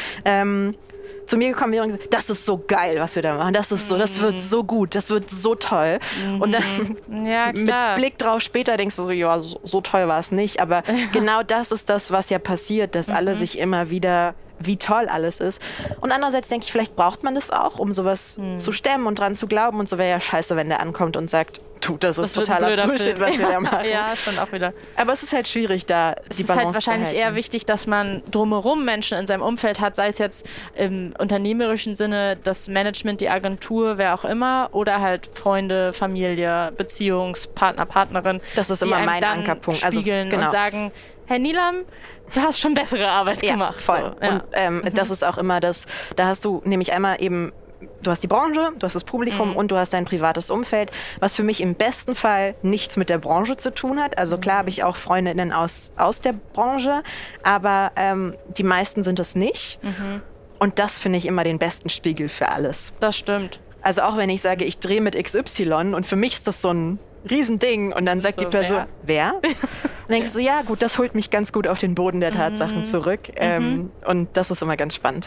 Zu mir gekommen wäre und gesagt, das ist so geil, was wir da machen. Das ist so, das wird so gut, das wird so toll. Und dann mit Blick drauf später denkst du so, ja, so toll war es nicht. Aber genau das ist das, was ja passiert, dass alle sich immer wieder, wie toll alles ist. Und andererseits denke ich, vielleicht braucht man das auch, um sowas zu stemmen und dran zu glauben. Und so wäre ja scheiße, wenn der ankommt und sagt, das ist totaler Bullshit, was wir da machen. Ja, schon auch wieder. Aber es ist halt schwierig, da die Balance zu halten. Es ist halt wahrscheinlich eher wichtig, dass man drumherum Menschen in seinem Umfeld hat, sei es jetzt im unternehmerischen Sinne, das Management, die Agentur, wer auch immer, oder halt Freunde, Familie, Beziehungspartner, Partnerin. Das ist immer mein Ankerpunkt. Spiegeln und sagen, Herr Nilam, du hast schon bessere Arbeit gemacht. Voll. So, ja. Und das ist auch immer das, da hast du nämlich einmal eben, du hast die Branche, du hast das Publikum und du hast dein privates Umfeld, was für mich im besten Fall nichts mit der Branche zu tun hat. Also klar habe ich auch Freundinnen aus der Branche, aber die meisten sind es nicht. Und das finde ich immer den besten Spiegel für alles. Das stimmt. Also auch wenn ich sage, ich drehe mit XY und für mich ist das so ein Riesending und dann sagt so, die Person, wer? Und denkst du, ja gut, das holt mich ganz gut auf den Boden der Tatsachen zurück. Und das ist immer ganz spannend.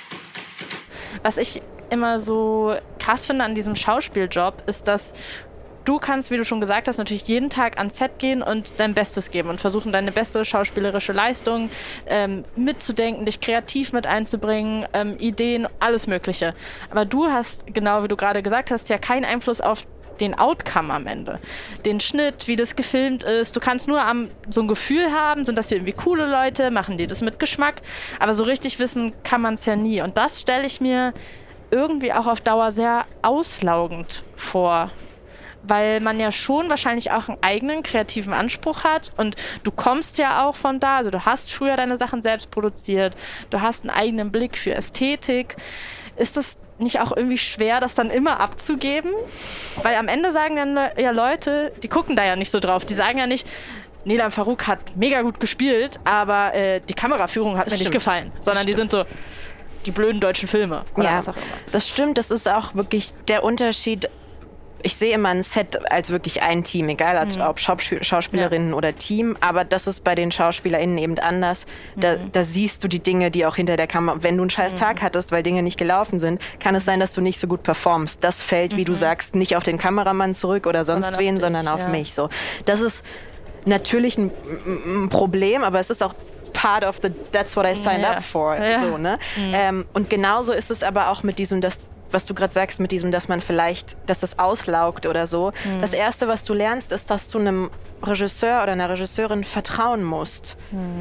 Was ich immer so krass finde an diesem Schauspieljob, ist, dass du kannst, wie du schon gesagt hast, natürlich jeden Tag ans Set gehen und dein Bestes geben und versuchen, deine beste schauspielerische Leistung mitzudenken, dich kreativ mit einzubringen, Ideen, alles Mögliche. Aber du hast, genau wie du gerade gesagt hast, ja keinen Einfluss auf den Outcome am Ende. Den Schnitt, wie das gefilmt ist. Du kannst nur so ein Gefühl haben, sind das hier irgendwie coole Leute, machen die das mit Geschmack, aber so richtig wissen kann man es ja nie. Und das stelle ich mir irgendwie auch auf Dauer sehr auslaugend vor, weil man ja schon wahrscheinlich auch einen eigenen kreativen Anspruch hat und du kommst ja auch von da, also du hast früher deine Sachen selbst produziert, du hast einen eigenen Blick für Ästhetik. Ist das nicht auch irgendwie schwer, das dann immer abzugeben? Weil am Ende sagen dann ja Leute, die gucken da ja nicht so drauf, die sagen ja nicht, Nilam Farooq hat mega gut gespielt, aber die Kameraführung hat mir nicht gefallen, sondern die sind so, die blöden deutschen Filme oder was auch immer. Das stimmt, das ist auch wirklich der Unterschied. Ich sehe immer ein Set als wirklich ein Team, egal ob Schauspielerinnen oder Team, aber das ist bei den SchauspielerInnen eben anders. Da siehst du die Dinge, die auch hinter der Kamera, wenn du einen scheiß Tag hattest, weil Dinge nicht gelaufen sind, kann es sein, dass du nicht so gut performst. Das fällt, wie du sagst, nicht auf den Kameramann zurück oder sonst wen, sondern auf mich. So. Das ist natürlich ein Problem, aber es ist auch part of that's what I signed up for. So, ne? Und genauso ist es aber auch mit diesem, was du gerade sagst, mit diesem, dass man vielleicht, dass das auslaugt oder so. Das Erste, was du lernst, ist, dass du einem Regisseur oder einer Regisseurin vertrauen musst.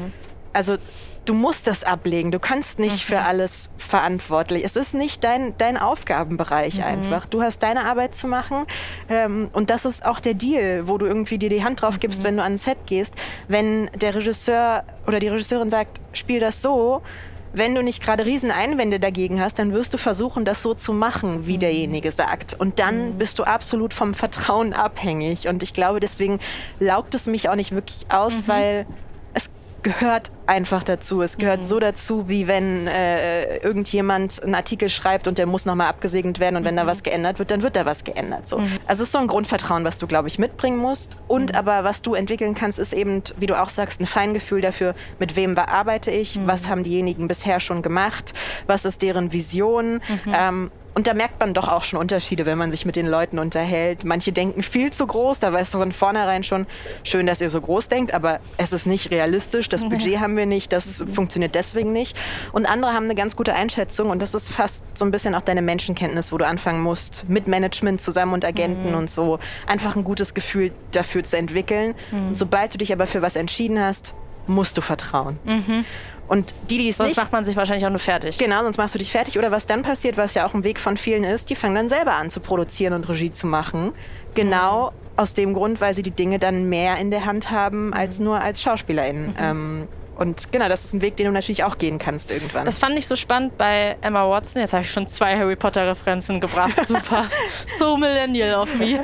Also du musst das ablegen. Du kannst nicht für alles verantwortlich. Es ist nicht dein Aufgabenbereich einfach. Du hast deine Arbeit zu machen und das ist auch der Deal, wo du irgendwie dir die Hand drauf gibst, wenn du ans Set gehst. Wenn der Regisseur oder die Regisseurin sagt, spiel das so, wenn du nicht gerade riesen Einwände dagegen hast, dann wirst du versuchen, das so zu machen, wie derjenige sagt. Und dann bist du absolut vom Vertrauen abhängig. Und ich glaube, deswegen laugt es mich auch nicht wirklich aus, weil es gehört einfach dazu. Es gehört so dazu, wie wenn irgendjemand einen Artikel schreibt und der muss nochmal abgesegnet werden und wenn da was geändert wird, dann wird da was geändert. So. Also es ist so ein Grundvertrauen, was du, glaube ich, mitbringen musst. Und aber was du entwickeln kannst, ist eben, wie du auch sagst, ein Feingefühl dafür, mit wem arbeite ich, was haben diejenigen bisher schon gemacht, was ist deren Vision. Und da merkt man doch auch schon Unterschiede, wenn man sich mit den Leuten unterhält. Manche denken viel zu groß, da weißt du von vornherein schon, schön, dass ihr so groß denkt, aber es ist nicht realistisch, das Budget haben wir nicht, das funktioniert deswegen nicht. Und andere haben eine ganz gute Einschätzung und das ist fast so ein bisschen auch deine Menschenkenntnis, wo du anfangen musst, mit Management zusammen und Agenten und so, einfach ein gutes Gefühl dafür zu entwickeln. Und sobald du dich aber für was entschieden hast, musst du vertrauen. Und die es nicht... Sonst macht man sich wahrscheinlich auch nur fertig. Genau, sonst machst du dich fertig. Oder was dann passiert, was ja auch ein Weg von vielen ist, die fangen dann selber an zu produzieren und Regie zu machen. Genau aus dem Grund, weil sie die Dinge dann mehr in der Hand haben, als nur als SchauspielerInnen. Und genau, das ist ein Weg, den du natürlich auch gehen kannst irgendwann. Das fand ich so spannend bei Emma Watson. Jetzt habe ich schon 2 Harry Potter-Referenzen gebracht. Super. So millennial of me.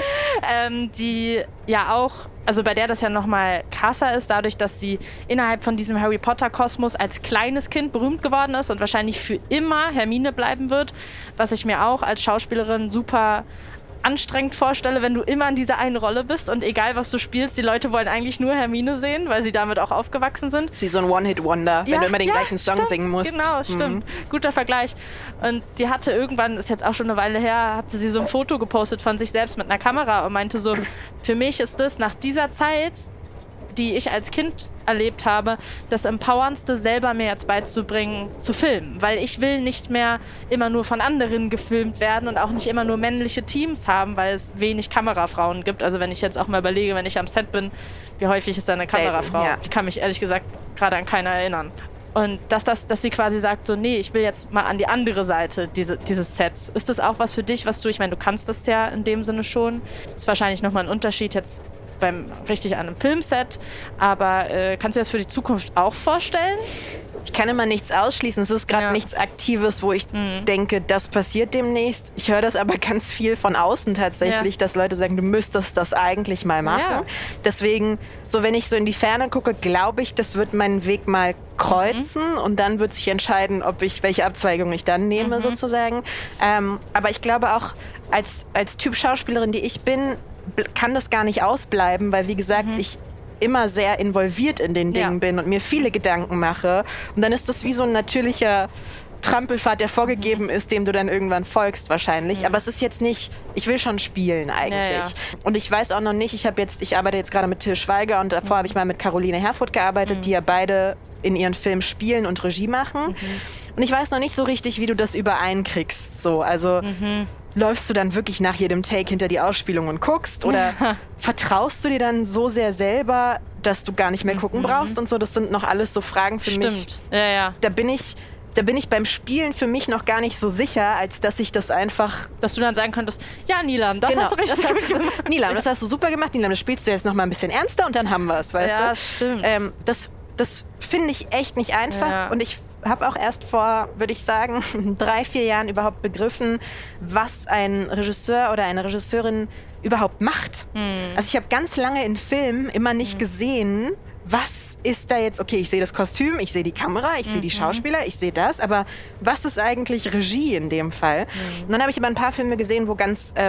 Die ja auch, also bei der das ja nochmal krasser ist, dadurch, dass sie innerhalb von diesem Harry Potter-Kosmos als kleines Kind berühmt geworden ist und wahrscheinlich für immer Hermine bleiben wird. Was ich mir auch als Schauspielerin super anstrengend vorstelle, wenn du immer in dieser einen Rolle bist und egal, was du spielst, die Leute wollen eigentlich nur Hermine sehen, weil sie damit auch aufgewachsen sind. Sie ist so ein One-Hit-Wonder, wenn du immer den gleichen Song singen musst. Genau, stimmt. Guter Vergleich. Und die hatte irgendwann, ist jetzt auch schon eine Weile her, hatte sie so ein Foto gepostet von sich selbst mit einer Kamera und meinte so, für mich ist das nach dieser Zeit, die ich als Kind erlebt habe, das Empowerndste, selber mir jetzt beizubringen, zu filmen. Weil ich will nicht mehr immer nur von anderen gefilmt werden und auch nicht immer nur männliche Teams haben, weil es wenig Kamerafrauen gibt. Also wenn ich jetzt auch mal überlege, wenn ich am Set bin, wie häufig ist da eine Kamerafrau? Ja. Ich kann mich ehrlich gesagt gerade an keiner erinnern. Und dass sie quasi sagt, so, nee, ich will jetzt mal an die andere Seite dieses Sets. Ist das auch was für dich, was ich meine, du kannst das ja in dem Sinne schon. Das ist wahrscheinlich nochmal ein Unterschied jetzt richtig an einem Filmset, aber kannst du das für die Zukunft auch vorstellen? Ich kann immer nichts ausschließen. Es ist gerade nichts Aktives, wo ich denke, das passiert demnächst. Ich höre das aber ganz viel von außen tatsächlich, dass Leute sagen, du müsstest das eigentlich mal machen. Ja. Deswegen, so wenn ich so in die Ferne gucke, glaube ich, das wird meinen Weg mal kreuzen und dann wird sich entscheiden, welche Abzweigung ich dann nehme sozusagen. Aber ich glaube auch, als Typ Schauspielerin, die ich bin, kann das gar nicht ausbleiben, weil wie gesagt, ich immer sehr involviert in den Dingen bin und mir viele Gedanken mache. Und dann ist das wie so ein natürlicher Trampelpfad, der vorgegeben ist, dem du dann irgendwann folgst wahrscheinlich. Aber es ist jetzt nicht, ich will schon spielen eigentlich. Ja. Und ich weiß auch noch nicht, ich arbeite jetzt gerade mit Til Schweiger und davor habe ich mal mit Caroline Herfurth gearbeitet, die ja beide in ihren Filmen spielen und Regie machen. Und ich weiß noch nicht so richtig, wie du das übereinkriegst. So, also läufst du dann wirklich nach jedem Take hinter die Ausspielung und guckst? Oder vertraust du dir dann so sehr selber, dass du gar nicht mehr gucken brauchst und so? Das sind noch alles so Fragen für mich. Ja. Da bin ich beim Spielen für mich noch gar nicht so sicher, als dass ich das einfach... Dass du dann sagen könntest, ja, Nilam, das hast du richtig gemacht. Nilam, das hast du super gemacht. Nilam, das spielst du jetzt noch mal ein bisschen ernster und dann haben wir es, weißt du? Ja, stimmt. Das finde ich echt nicht einfach und ich habe auch erst vor, würde ich sagen, 3-4 Jahren überhaupt begriffen, was ein Regisseur oder eine Regisseurin überhaupt macht. Also ich habe ganz lange in Filmen immer nicht gesehen, was ist da jetzt, okay, ich sehe das Kostüm, ich sehe die Kamera, ich sehe die Schauspieler, ich sehe das, aber was ist eigentlich Regie in dem Fall? Und dann habe ich aber ein paar Filme gesehen, wo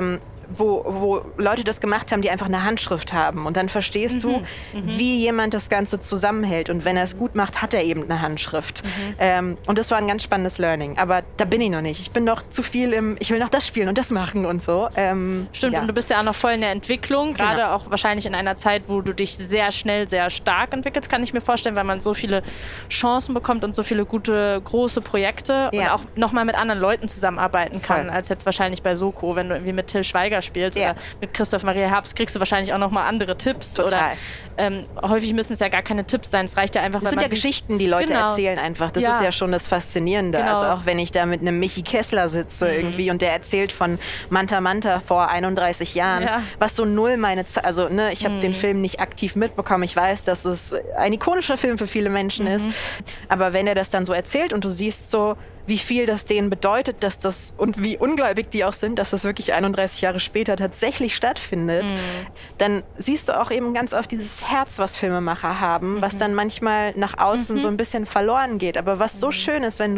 wo Leute das gemacht haben, die einfach eine Handschrift haben. Und dann verstehst du, wie jemand das Ganze zusammenhält. Und wenn er es gut macht, hat er eben eine Handschrift. Und das war ein ganz spannendes Learning. Aber da bin ich noch nicht. Ich bin noch zu viel ich will noch das spielen und das machen und so. Stimmt, und du bist ja auch noch voll in der Entwicklung. Gerade auch wahrscheinlich in einer Zeit, wo du dich sehr schnell, sehr stark entwickelst, kann ich mir vorstellen, weil man so viele Chancen bekommt und so viele gute, große Projekte und auch nochmal mit anderen Leuten zusammenarbeiten kann, als jetzt wahrscheinlich bei Soko, wenn du irgendwie mit Til Schweiger spielst oder mit Christoph Maria Herbst, kriegst du wahrscheinlich auch nochmal andere Tipps. Total. Oder häufig müssen es ja gar keine Tipps sein, es reicht ja einfach, das sind ja Geschichten, die Leute erzählen einfach. Das ist ja schon das Faszinierende. Genau. Also auch wenn ich da mit einem Michi Kessler sitze irgendwie und der erzählt von Manta Manta vor 31 Jahren, was so null meine Zeit, also ich habe den Film nicht aktiv mitbekommen. Ich weiß, dass es ein ikonischer Film für viele Menschen ist. Aber wenn er das dann so erzählt und du siehst so, wie viel das denen bedeutet, dass das und wie ungläubig die auch sind, dass das wirklich 31 Jahre später tatsächlich stattfindet, dann siehst du auch eben ganz oft dieses Herz, was Filmemacher haben, was dann manchmal nach außen so ein bisschen verloren geht. Aber was so schön ist, wenn du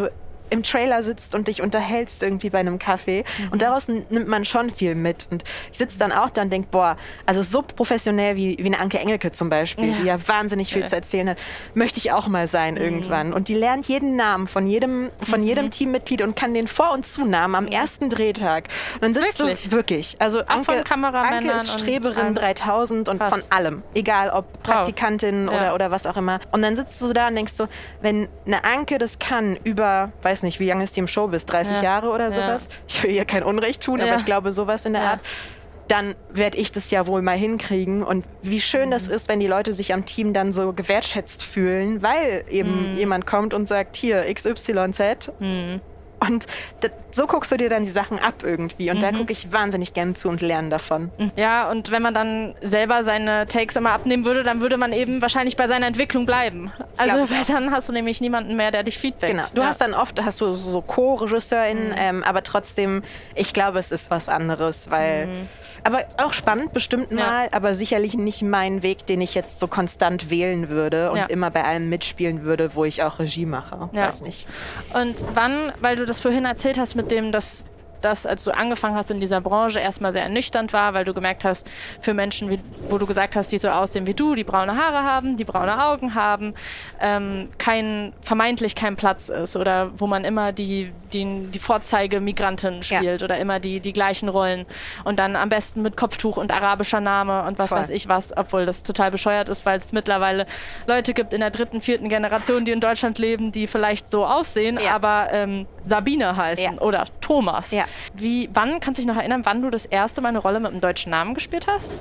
im Trailer sitzt und dich unterhältst irgendwie bei einem Kaffee. Und daraus nimmt man schon viel mit. Und ich sitze dann auch da und denke, boah, also so professionell wie eine Anke Engelke zum Beispiel, die ja wahnsinnig viel zu erzählen hat, möchte ich auch mal sein irgendwann. Und die lernt jeden Namen von jedem Teammitglied und kann den Vor- und Zunamen am ersten Drehtag. Und dann sitzt du wirklich. Also Anke ist Streberin 3000 und von allem. Egal ob Praktikantin oder was auch immer. Und dann sitzt du da und denkst so, wenn eine Anke das kann über, weiß nicht, wie lange ist die im Showbiz, 30 Jahre oder sowas? Ich will ihr kein Unrecht tun, aber ich glaube sowas in der Art. Dann werde ich das ja wohl mal hinkriegen. Und wie schön das ist, wenn die Leute sich am Team dann so gewertschätzt fühlen, weil eben jemand kommt und sagt, hier, XYZ. Und so guckst du dir dann die Sachen ab irgendwie. Und da gucke ich wahnsinnig gerne zu und lerne davon. Ja, und wenn man dann selber seine Takes immer abnehmen würde, dann würde man eben wahrscheinlich bei seiner Entwicklung bleiben. Also weil dann hast du nämlich niemanden mehr, der dich feedbackt. Genau. Du hast dann oft so Co-RegisseurInnen, aber trotzdem, ich glaube, es ist was anderes, weil... Aber auch spannend bestimmt mal, aber sicherlich nicht mein Weg, den ich jetzt so konstant wählen würde und immer bei allem mitspielen würde, wo ich auch Regie mache. Weiß nicht. Und wann, weil du das vorhin erzählt hast mit dem, dass als du angefangen hast in dieser Branche, erstmal sehr ernüchternd war, weil du gemerkt hast, für Menschen, wo du gesagt hast, die so aussehen wie du, die braune Haare haben, die braune Augen haben, vermeintlich kein Platz ist oder wo man immer die Vorzeigemigrantin spielt oder immer die gleichen Rollen und dann am besten mit Kopftuch und arabischer Name und was weiß ich was, obwohl das total bescheuert ist, weil es mittlerweile Leute gibt in der 3., 4. Generation, die in Deutschland leben, die vielleicht so aussehen, aber Sabine heißen oder Thomas. Ja. Wann kannst du dich noch erinnern, wann du das erste Mal eine Rolle mit einem deutschen Namen gespielt hast?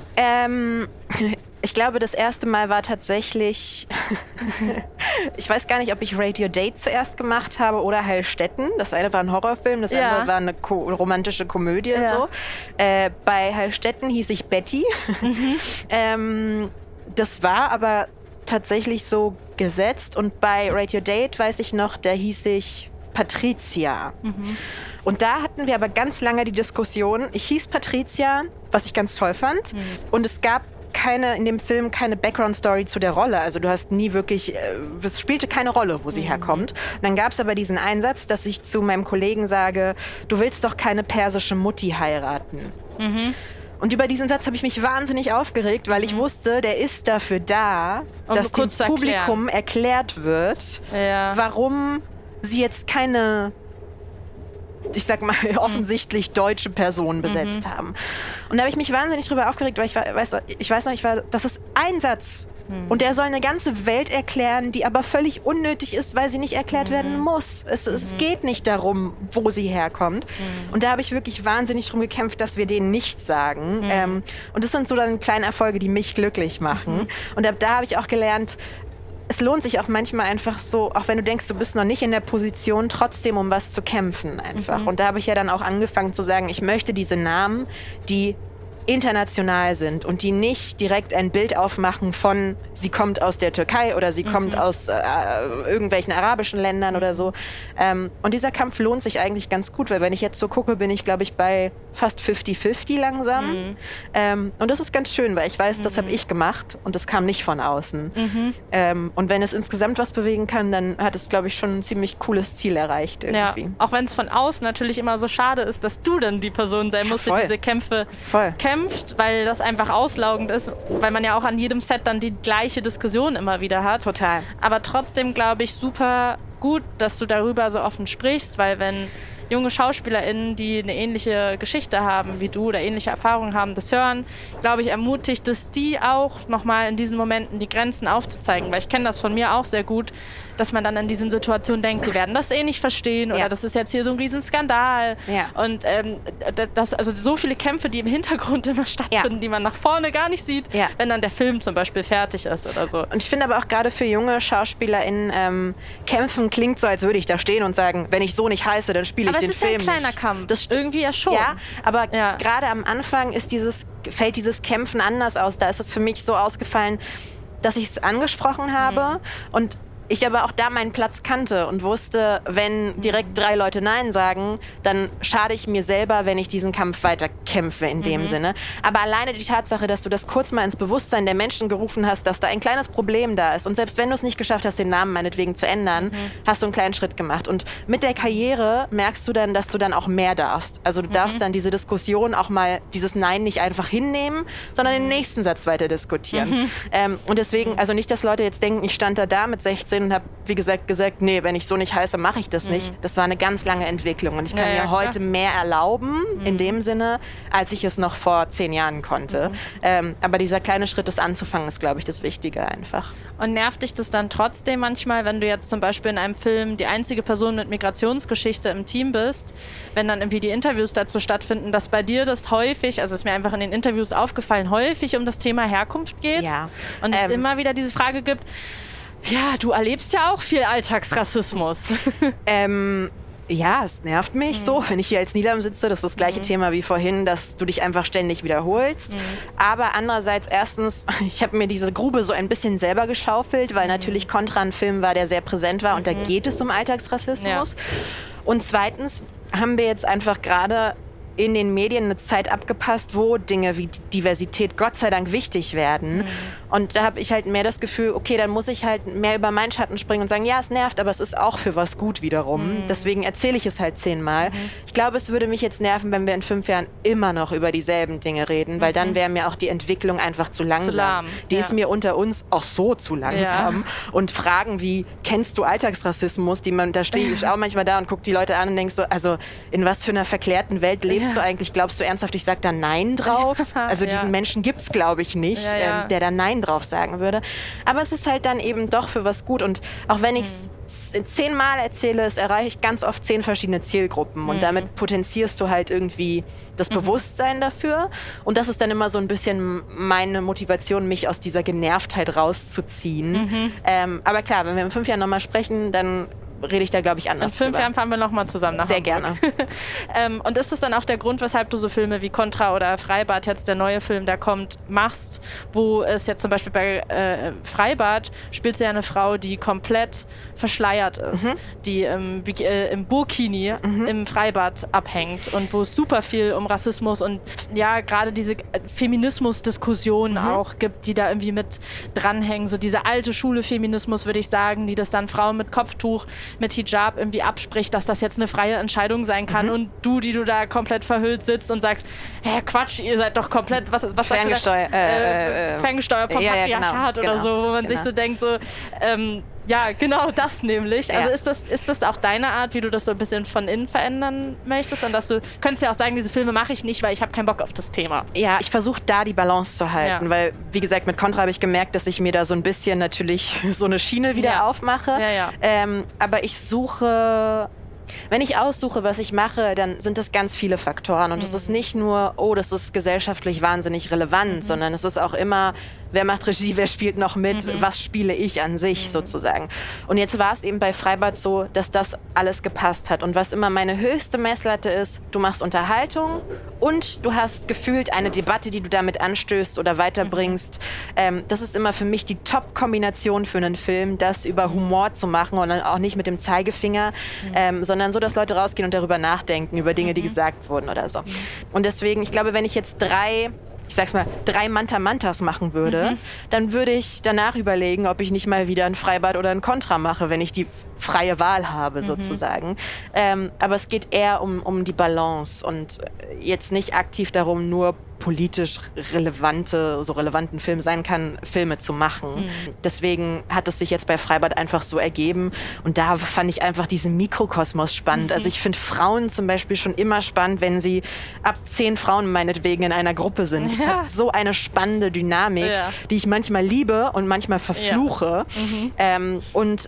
Ich glaube, das erste Mal war tatsächlich, ich weiß gar nicht, ob ich Radio Date zuerst gemacht habe oder Heilstätten. Das eine war ein Horrorfilm, das andere war eine romantische Komödie. So. Bei Heilstätten hieß ich Betty. Das war aber tatsächlich so gesetzt. Und bei Radio Date weiß ich noch, da hieß ich Patricia. Und da hatten wir aber ganz lange die Diskussion, ich hieß Patricia, was ich ganz toll fand. Und es gab in dem Film keine Background-Story zu der Rolle. Also du hast nie wirklich, es spielte keine Rolle, wo sie herkommt. Und dann gab es aber diesen Einsatz, dass ich zu meinem Kollegen sage, du willst doch keine persische Mutti heiraten. Und über diesen Satz habe ich mich wahnsinnig aufgeregt, weil ich wusste, der ist dafür da, dass dem Publikum erklärt wird, warum sie jetzt keine, ich sag mal, offensichtlich deutsche Personen besetzt haben. Und da habe ich mich wahnsinnig drüber aufgeregt, weil das ist ein Satz. Und der soll eine ganze Welt erklären, die aber völlig unnötig ist, weil sie nicht erklärt werden muss. Es geht nicht darum, wo sie herkommt. Und da habe ich wirklich wahnsinnig drum gekämpft, dass wir denen nichts sagen. Und das sind so dann kleine Erfolge, die mich glücklich machen. Und da habe ich auch gelernt, es lohnt sich auch manchmal einfach so, auch wenn du denkst, du bist noch nicht in der Position, trotzdem um was zu kämpfen einfach. Und da habe ich ja dann auch angefangen zu sagen, ich möchte diese Namen, die international sind und die nicht direkt ein Bild aufmachen von, sie kommt aus der Türkei oder sie kommt aus irgendwelchen arabischen Ländern oder so. Und dieser Kampf lohnt sich eigentlich ganz gut, weil wenn ich jetzt so gucke, bin ich, glaube ich, bei fast 50-50 langsam. Und das ist ganz schön, weil ich weiß, das habe ich gemacht und das kam nicht von außen. Und wenn es insgesamt was bewegen kann, dann hat es, glaube ich, schon ein ziemlich cooles Ziel erreicht irgendwie. Ja, auch wenn es von außen natürlich immer so schade ist, dass du dann die Person sein musst, die diese Kämpfe kämpft, weil das einfach auslaugend ist, weil man ja auch an jedem Set dann die gleiche Diskussion immer wieder hat. Total. Aber trotzdem, glaube ich, super gut, dass du darüber so offen sprichst, weil wenn junge SchauspielerInnen, die eine ähnliche Geschichte haben wie du oder ähnliche Erfahrungen haben, das hören, glaube ich, ermutigt es die auch, nochmal in diesen Momenten die Grenzen aufzuzeigen. Weil ich kenne das von mir auch sehr gut, dass man dann in diesen Situationen denkt, die werden das eh nicht verstehen oder das ist jetzt hier so ein Riesenskandal. Und also so viele Kämpfe, die im Hintergrund immer stattfinden, die man nach vorne gar nicht sieht, wenn dann der Film zum Beispiel fertig ist oder so. Und ich finde aber auch gerade für junge SchauspielerInnen, kämpfen klingt so, als würde ich da stehen und sagen, wenn ich so nicht heiße, dann spiele ich den Film nicht. Aber es ist ein kleiner Kampf. Das irgendwie ja schon. Ja, aber gerade am Anfang fällt dieses Kämpfen anders aus. Da ist es für mich so ausgefallen, dass ich es angesprochen habe und ich aber auch da meinen Platz kannte und wusste, wenn direkt 3 Leute Nein sagen, dann schade ich mir selber, wenn ich diesen Kampf weiter kämpfe in dem Sinne. Aber alleine die Tatsache, dass du das kurz mal ins Bewusstsein der Menschen gerufen hast, dass da ein kleines Problem da ist und selbst wenn du es nicht geschafft hast, den Namen meinetwegen zu ändern, hast du einen kleinen Schritt gemacht. Und mit der Karriere merkst du dann, dass du dann auch mehr darfst. Also du darfst dann diese Diskussion auch mal, dieses Nein nicht einfach hinnehmen, sondern den nächsten Satz weiter diskutieren. Und deswegen, also nicht, dass Leute jetzt denken, ich stand da mit 16 und habe, wie gesagt, nee, wenn ich so nicht heiße, mache ich das nicht. Das war eine ganz lange Entwicklung und ich kann mir heute mehr erlauben, in dem Sinne, als ich es noch vor 10 Jahren konnte. Aber dieser kleine Schritt, das anzufangen, ist, glaube ich, das Wichtige einfach. Und nervt dich das dann trotzdem manchmal, wenn du jetzt zum Beispiel in einem Film die einzige Person mit Migrationsgeschichte im Team bist, wenn dann irgendwie die Interviews dazu stattfinden, dass bei dir das häufig, also ist mir einfach in den Interviews aufgefallen, häufig um das Thema Herkunft geht und es immer wieder diese Frage gibt, ja, du erlebst ja auch viel Alltagsrassismus. Ja, es nervt mich so, wenn ich hier als Nilam sitze. Das ist das gleiche Thema wie vorhin, dass du dich einfach ständig wiederholst. Aber andererseits erstens, ich habe mir diese Grube so ein bisschen selber geschaufelt, weil natürlich Contra ein Film war, der sehr präsent war und da geht es um Alltagsrassismus. Und zweitens haben wir jetzt einfach gerade in den Medien eine Zeit abgepasst, wo Dinge wie Diversität Gott sei Dank wichtig werden. Und da habe ich halt mehr das Gefühl, okay, dann muss ich halt mehr über meinen Schatten springen und sagen, ja, es nervt, aber es ist auch für was gut wiederum. Deswegen erzähle ich es halt 10-mal. Ich glaube, es würde mich jetzt nerven, wenn wir in 5 Jahren immer noch über dieselben Dinge reden, weil dann wäre mir auch die Entwicklung einfach zu langsam. Die ist mir unter uns auch so zu langsam. Und Fragen wie, kennst du Alltagsrassismus, da stehe ich auch manchmal da und gucke die Leute an und denke so, also in was für einer verklärten Welt lebst du eigentlich? Glaubst du ernsthaft, ich sage da Nein drauf? Also diesen Menschen gibt's, glaube ich, nicht, der da Nein drauf sagen würde. Aber es ist halt dann eben doch für was gut. Und auch wenn ich es 10-mal erzähle, es erreicht ganz oft 10 verschiedene Zielgruppen. Und damit potenzierst du halt irgendwie das Bewusstsein dafür. Und das ist dann immer so ein bisschen meine Motivation, mich aus dieser Genervtheit rauszuziehen. Aber klar, wenn wir in 5 Jahren nochmal sprechen, dann rede ich da, glaube ich, anders. In 5 Jahren fahren wir nochmal zusammen nach Sehr Hamburg. gerne. Und ist das dann auch der Grund, weshalb du so Filme wie Contra oder Freibad, jetzt der neue Film, der kommt, machst, wo es jetzt zum Beispiel bei Freibad spielt sie ja eine Frau, die komplett verschleiert ist, die im Burkini im Freibad abhängt und wo es super viel um Rassismus und ja, gerade diese Feminismus-Diskussionen auch gibt, die da irgendwie mit dranhängen. So diese alte Schule-Feminismus, würde ich sagen, die das dann Frauen mit Kopftuch, mit Hijab irgendwie abspricht, dass das jetzt eine freie Entscheidung sein kann und du, die du da komplett verhüllt sitzt und sagst, hä, Quatsch, ihr seid doch komplett, was Ferngesteuert vom Patriarchat genau, oder so, wo man sich so denkt, so, ja, genau das nämlich. Also ist das auch deine Art, wie du das so ein bisschen von innen verändern möchtest? Und dass du könntest ja auch sagen, diese Filme mache ich nicht, weil ich habe keinen Bock auf das Thema. Ja, ich versuche da die Balance zu halten, weil, wie gesagt, mit Contra habe ich gemerkt, dass ich mir da so ein bisschen natürlich so eine Schiene wieder aufmache. Aber ich suche... Wenn ich aussuche, was ich mache, dann sind das ganz viele Faktoren. Und es ist nicht nur, oh, das ist gesellschaftlich wahnsinnig relevant, sondern es ist auch immer, wer macht Regie, wer spielt noch mit, was spiele ich an sich sozusagen. Und jetzt war es eben bei Freibad so, dass das alles gepasst hat. Und was immer meine höchste Messlatte ist, du machst Unterhaltung und du hast gefühlt eine Debatte, die du damit anstößt oder weiterbringst. Das ist immer für mich die Top-Kombination für einen Film, das über Humor zu machen und dann auch nicht mit dem Zeigefinger, sondern so, dass Leute rausgehen und darüber nachdenken, über Dinge, die gesagt wurden oder so. Und deswegen, ich glaube, wenn ich jetzt 3 Manta Mantas machen würde, dann würde ich danach überlegen, ob ich nicht mal wieder ein Freibad oder ein Contra mache, wenn ich die freie Wahl habe, sozusagen. Aber es geht eher um die Balance und jetzt nicht aktiv darum, nur politisch relevanten Film sein kann, Filme zu machen. Deswegen hat es sich jetzt bei Freibad einfach so ergeben und da fand ich einfach diesen Mikrokosmos spannend. Also ich finde Frauen zum Beispiel schon immer spannend, wenn sie ab 10 Frauen meinetwegen in einer Gruppe sind. Das hat so eine spannende Dynamik, die ich manchmal liebe und manchmal verfluche. Und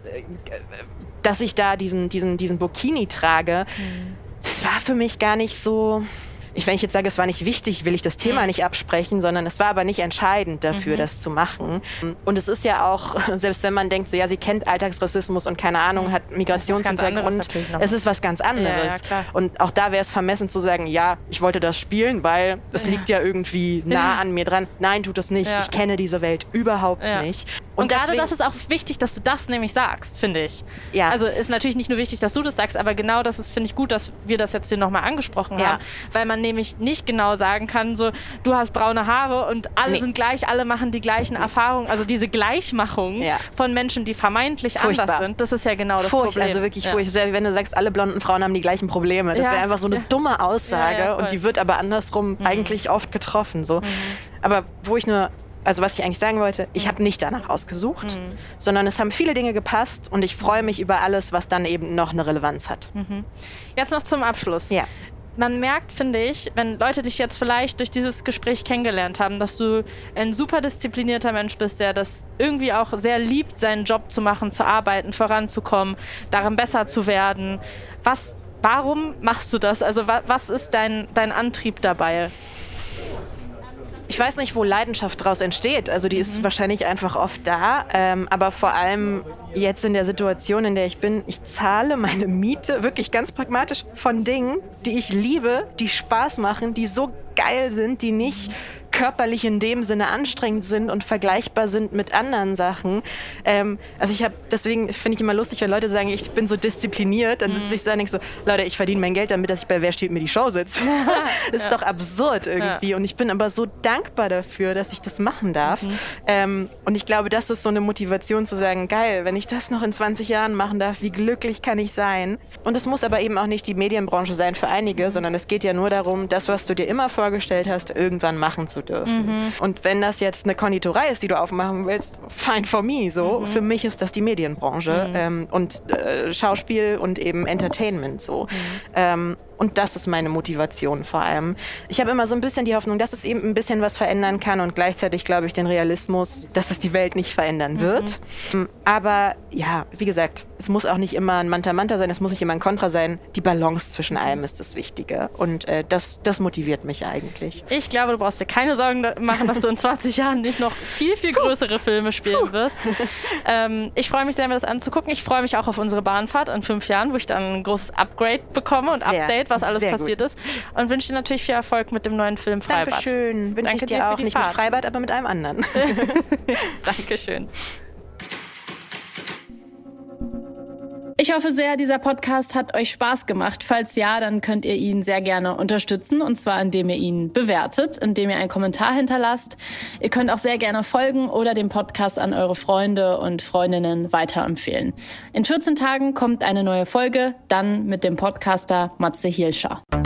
dass ich da diesen Burkini trage, das war für mich gar nicht so... Wenn ich jetzt sage, es war nicht wichtig, will ich das Thema nicht absprechen, sondern es war aber nicht entscheidend dafür, das zu machen. Und es ist ja auch, selbst wenn man denkt, so ja, sie kennt Alltagsrassismus und keine Ahnung, hat Migrationshintergrund, es ist was ganz anderes. Und auch da wäre es vermessen zu sagen, ja, ich wollte das spielen, weil es liegt ja irgendwie nah an mir dran. Nein, tut es nicht. Ich kenne diese Welt überhaupt nicht. Und gerade das ist auch wichtig, dass du das nämlich sagst, finde ich. Ja. Also ist natürlich nicht nur wichtig, dass du das sagst, aber genau das ist, finde ich, gut, dass wir das jetzt hier nochmal angesprochen haben. Weil man nämlich nicht genau sagen kann, so, du hast braune Haare und alle sind gleich, alle machen die gleichen Erfahrungen. Also diese Gleichmachung von Menschen, die vermeintlich anders sind, das ist ja genau das Problem. Also wirklich furchtbar. Wenn du sagst, alle blonden Frauen haben die gleichen Probleme. Das wäre einfach so eine dumme Aussage und die wird aber andersrum eigentlich oft getroffen. So. Aber was ich eigentlich sagen wollte, ich habe nicht danach ausgesucht, sondern es haben viele Dinge gepasst und ich freue mich über alles, was dann eben noch eine Relevanz hat. Jetzt noch zum Abschluss. Ja. Man merkt, finde ich, wenn Leute dich jetzt vielleicht durch dieses Gespräch kennengelernt haben, dass du ein super disziplinierter Mensch bist, der das irgendwie auch sehr liebt, seinen Job zu machen, zu arbeiten, voranzukommen, darin besser zu werden. Warum machst du das? Also was ist dein Antrieb dabei? Ich weiß nicht, wo Leidenschaft daraus entsteht. Also die ist wahrscheinlich einfach oft da. Aber vor allem jetzt in der Situation, in der ich bin, ich zahle meine Miete wirklich ganz pragmatisch von Dingen, die ich liebe, die Spaß machen, die so geil sind, die nicht körperlich in dem Sinne anstrengend sind und vergleichbar sind mit anderen Sachen. Deswegen finde ich immer lustig, wenn Leute sagen, ich bin so diszipliniert, dann sitze ich so und denke so, Leute, ich verdiene mein Geld damit, dass ich bei Wer steht mir die Show sitze. Das ist doch absurd irgendwie und ich bin aber so dankbar dafür, dass ich das machen darf. Und ich glaube, das ist so eine Motivation zu sagen, geil, wenn ich das noch in 20 Jahren machen darf, wie glücklich kann ich sein? Und es muss aber eben auch nicht die Medienbranche sein für einige, sondern es geht ja nur darum, das, was du dir immer vorgestellt hast, irgendwann machen zu dürfen. Und wenn das jetzt eine Konditorei ist, die du aufmachen willst, fine for me, so. Für mich ist das die Medienbranche und Schauspiel und eben Entertainment, so. Und das ist meine Motivation vor allem. Ich habe immer so ein bisschen die Hoffnung, dass es eben ein bisschen was verändern kann und gleichzeitig glaube ich den Realismus, dass es die Welt nicht verändern wird. Aber ja, wie gesagt, es muss auch nicht immer ein Manta-Manta sein, es muss nicht immer ein Kontra sein. Die Balance zwischen allem ist das Wichtige und das motiviert mich eigentlich. Ich glaube, du brauchst dir keine Sorgen machen, dass du in 20 Jahren nicht noch viel, viel größere Filme spielen wirst. Ich freue mich sehr, mir das anzugucken. Ich freue mich auch auf unsere Bahnfahrt in 5 Jahren, wo ich dann ein großes Upgrade bekomme und Update, was alles passiert ist. Und wünsche dir natürlich viel Erfolg mit dem neuen Film Freibad. Dankeschön. Wünsche ich dir auch. Nicht mit Freibad, aber mit einem anderen. Dankeschön. Ich hoffe sehr, dieser Podcast hat euch Spaß gemacht. Falls ja, dann könnt ihr ihn sehr gerne unterstützen. Und zwar, indem ihr ihn bewertet, indem ihr einen Kommentar hinterlasst. Ihr könnt auch sehr gerne folgen oder den Podcast an eure Freunde und Freundinnen weiterempfehlen. In 14 Tagen kommt eine neue Folge, dann mit dem Podcaster Matze Hielscher.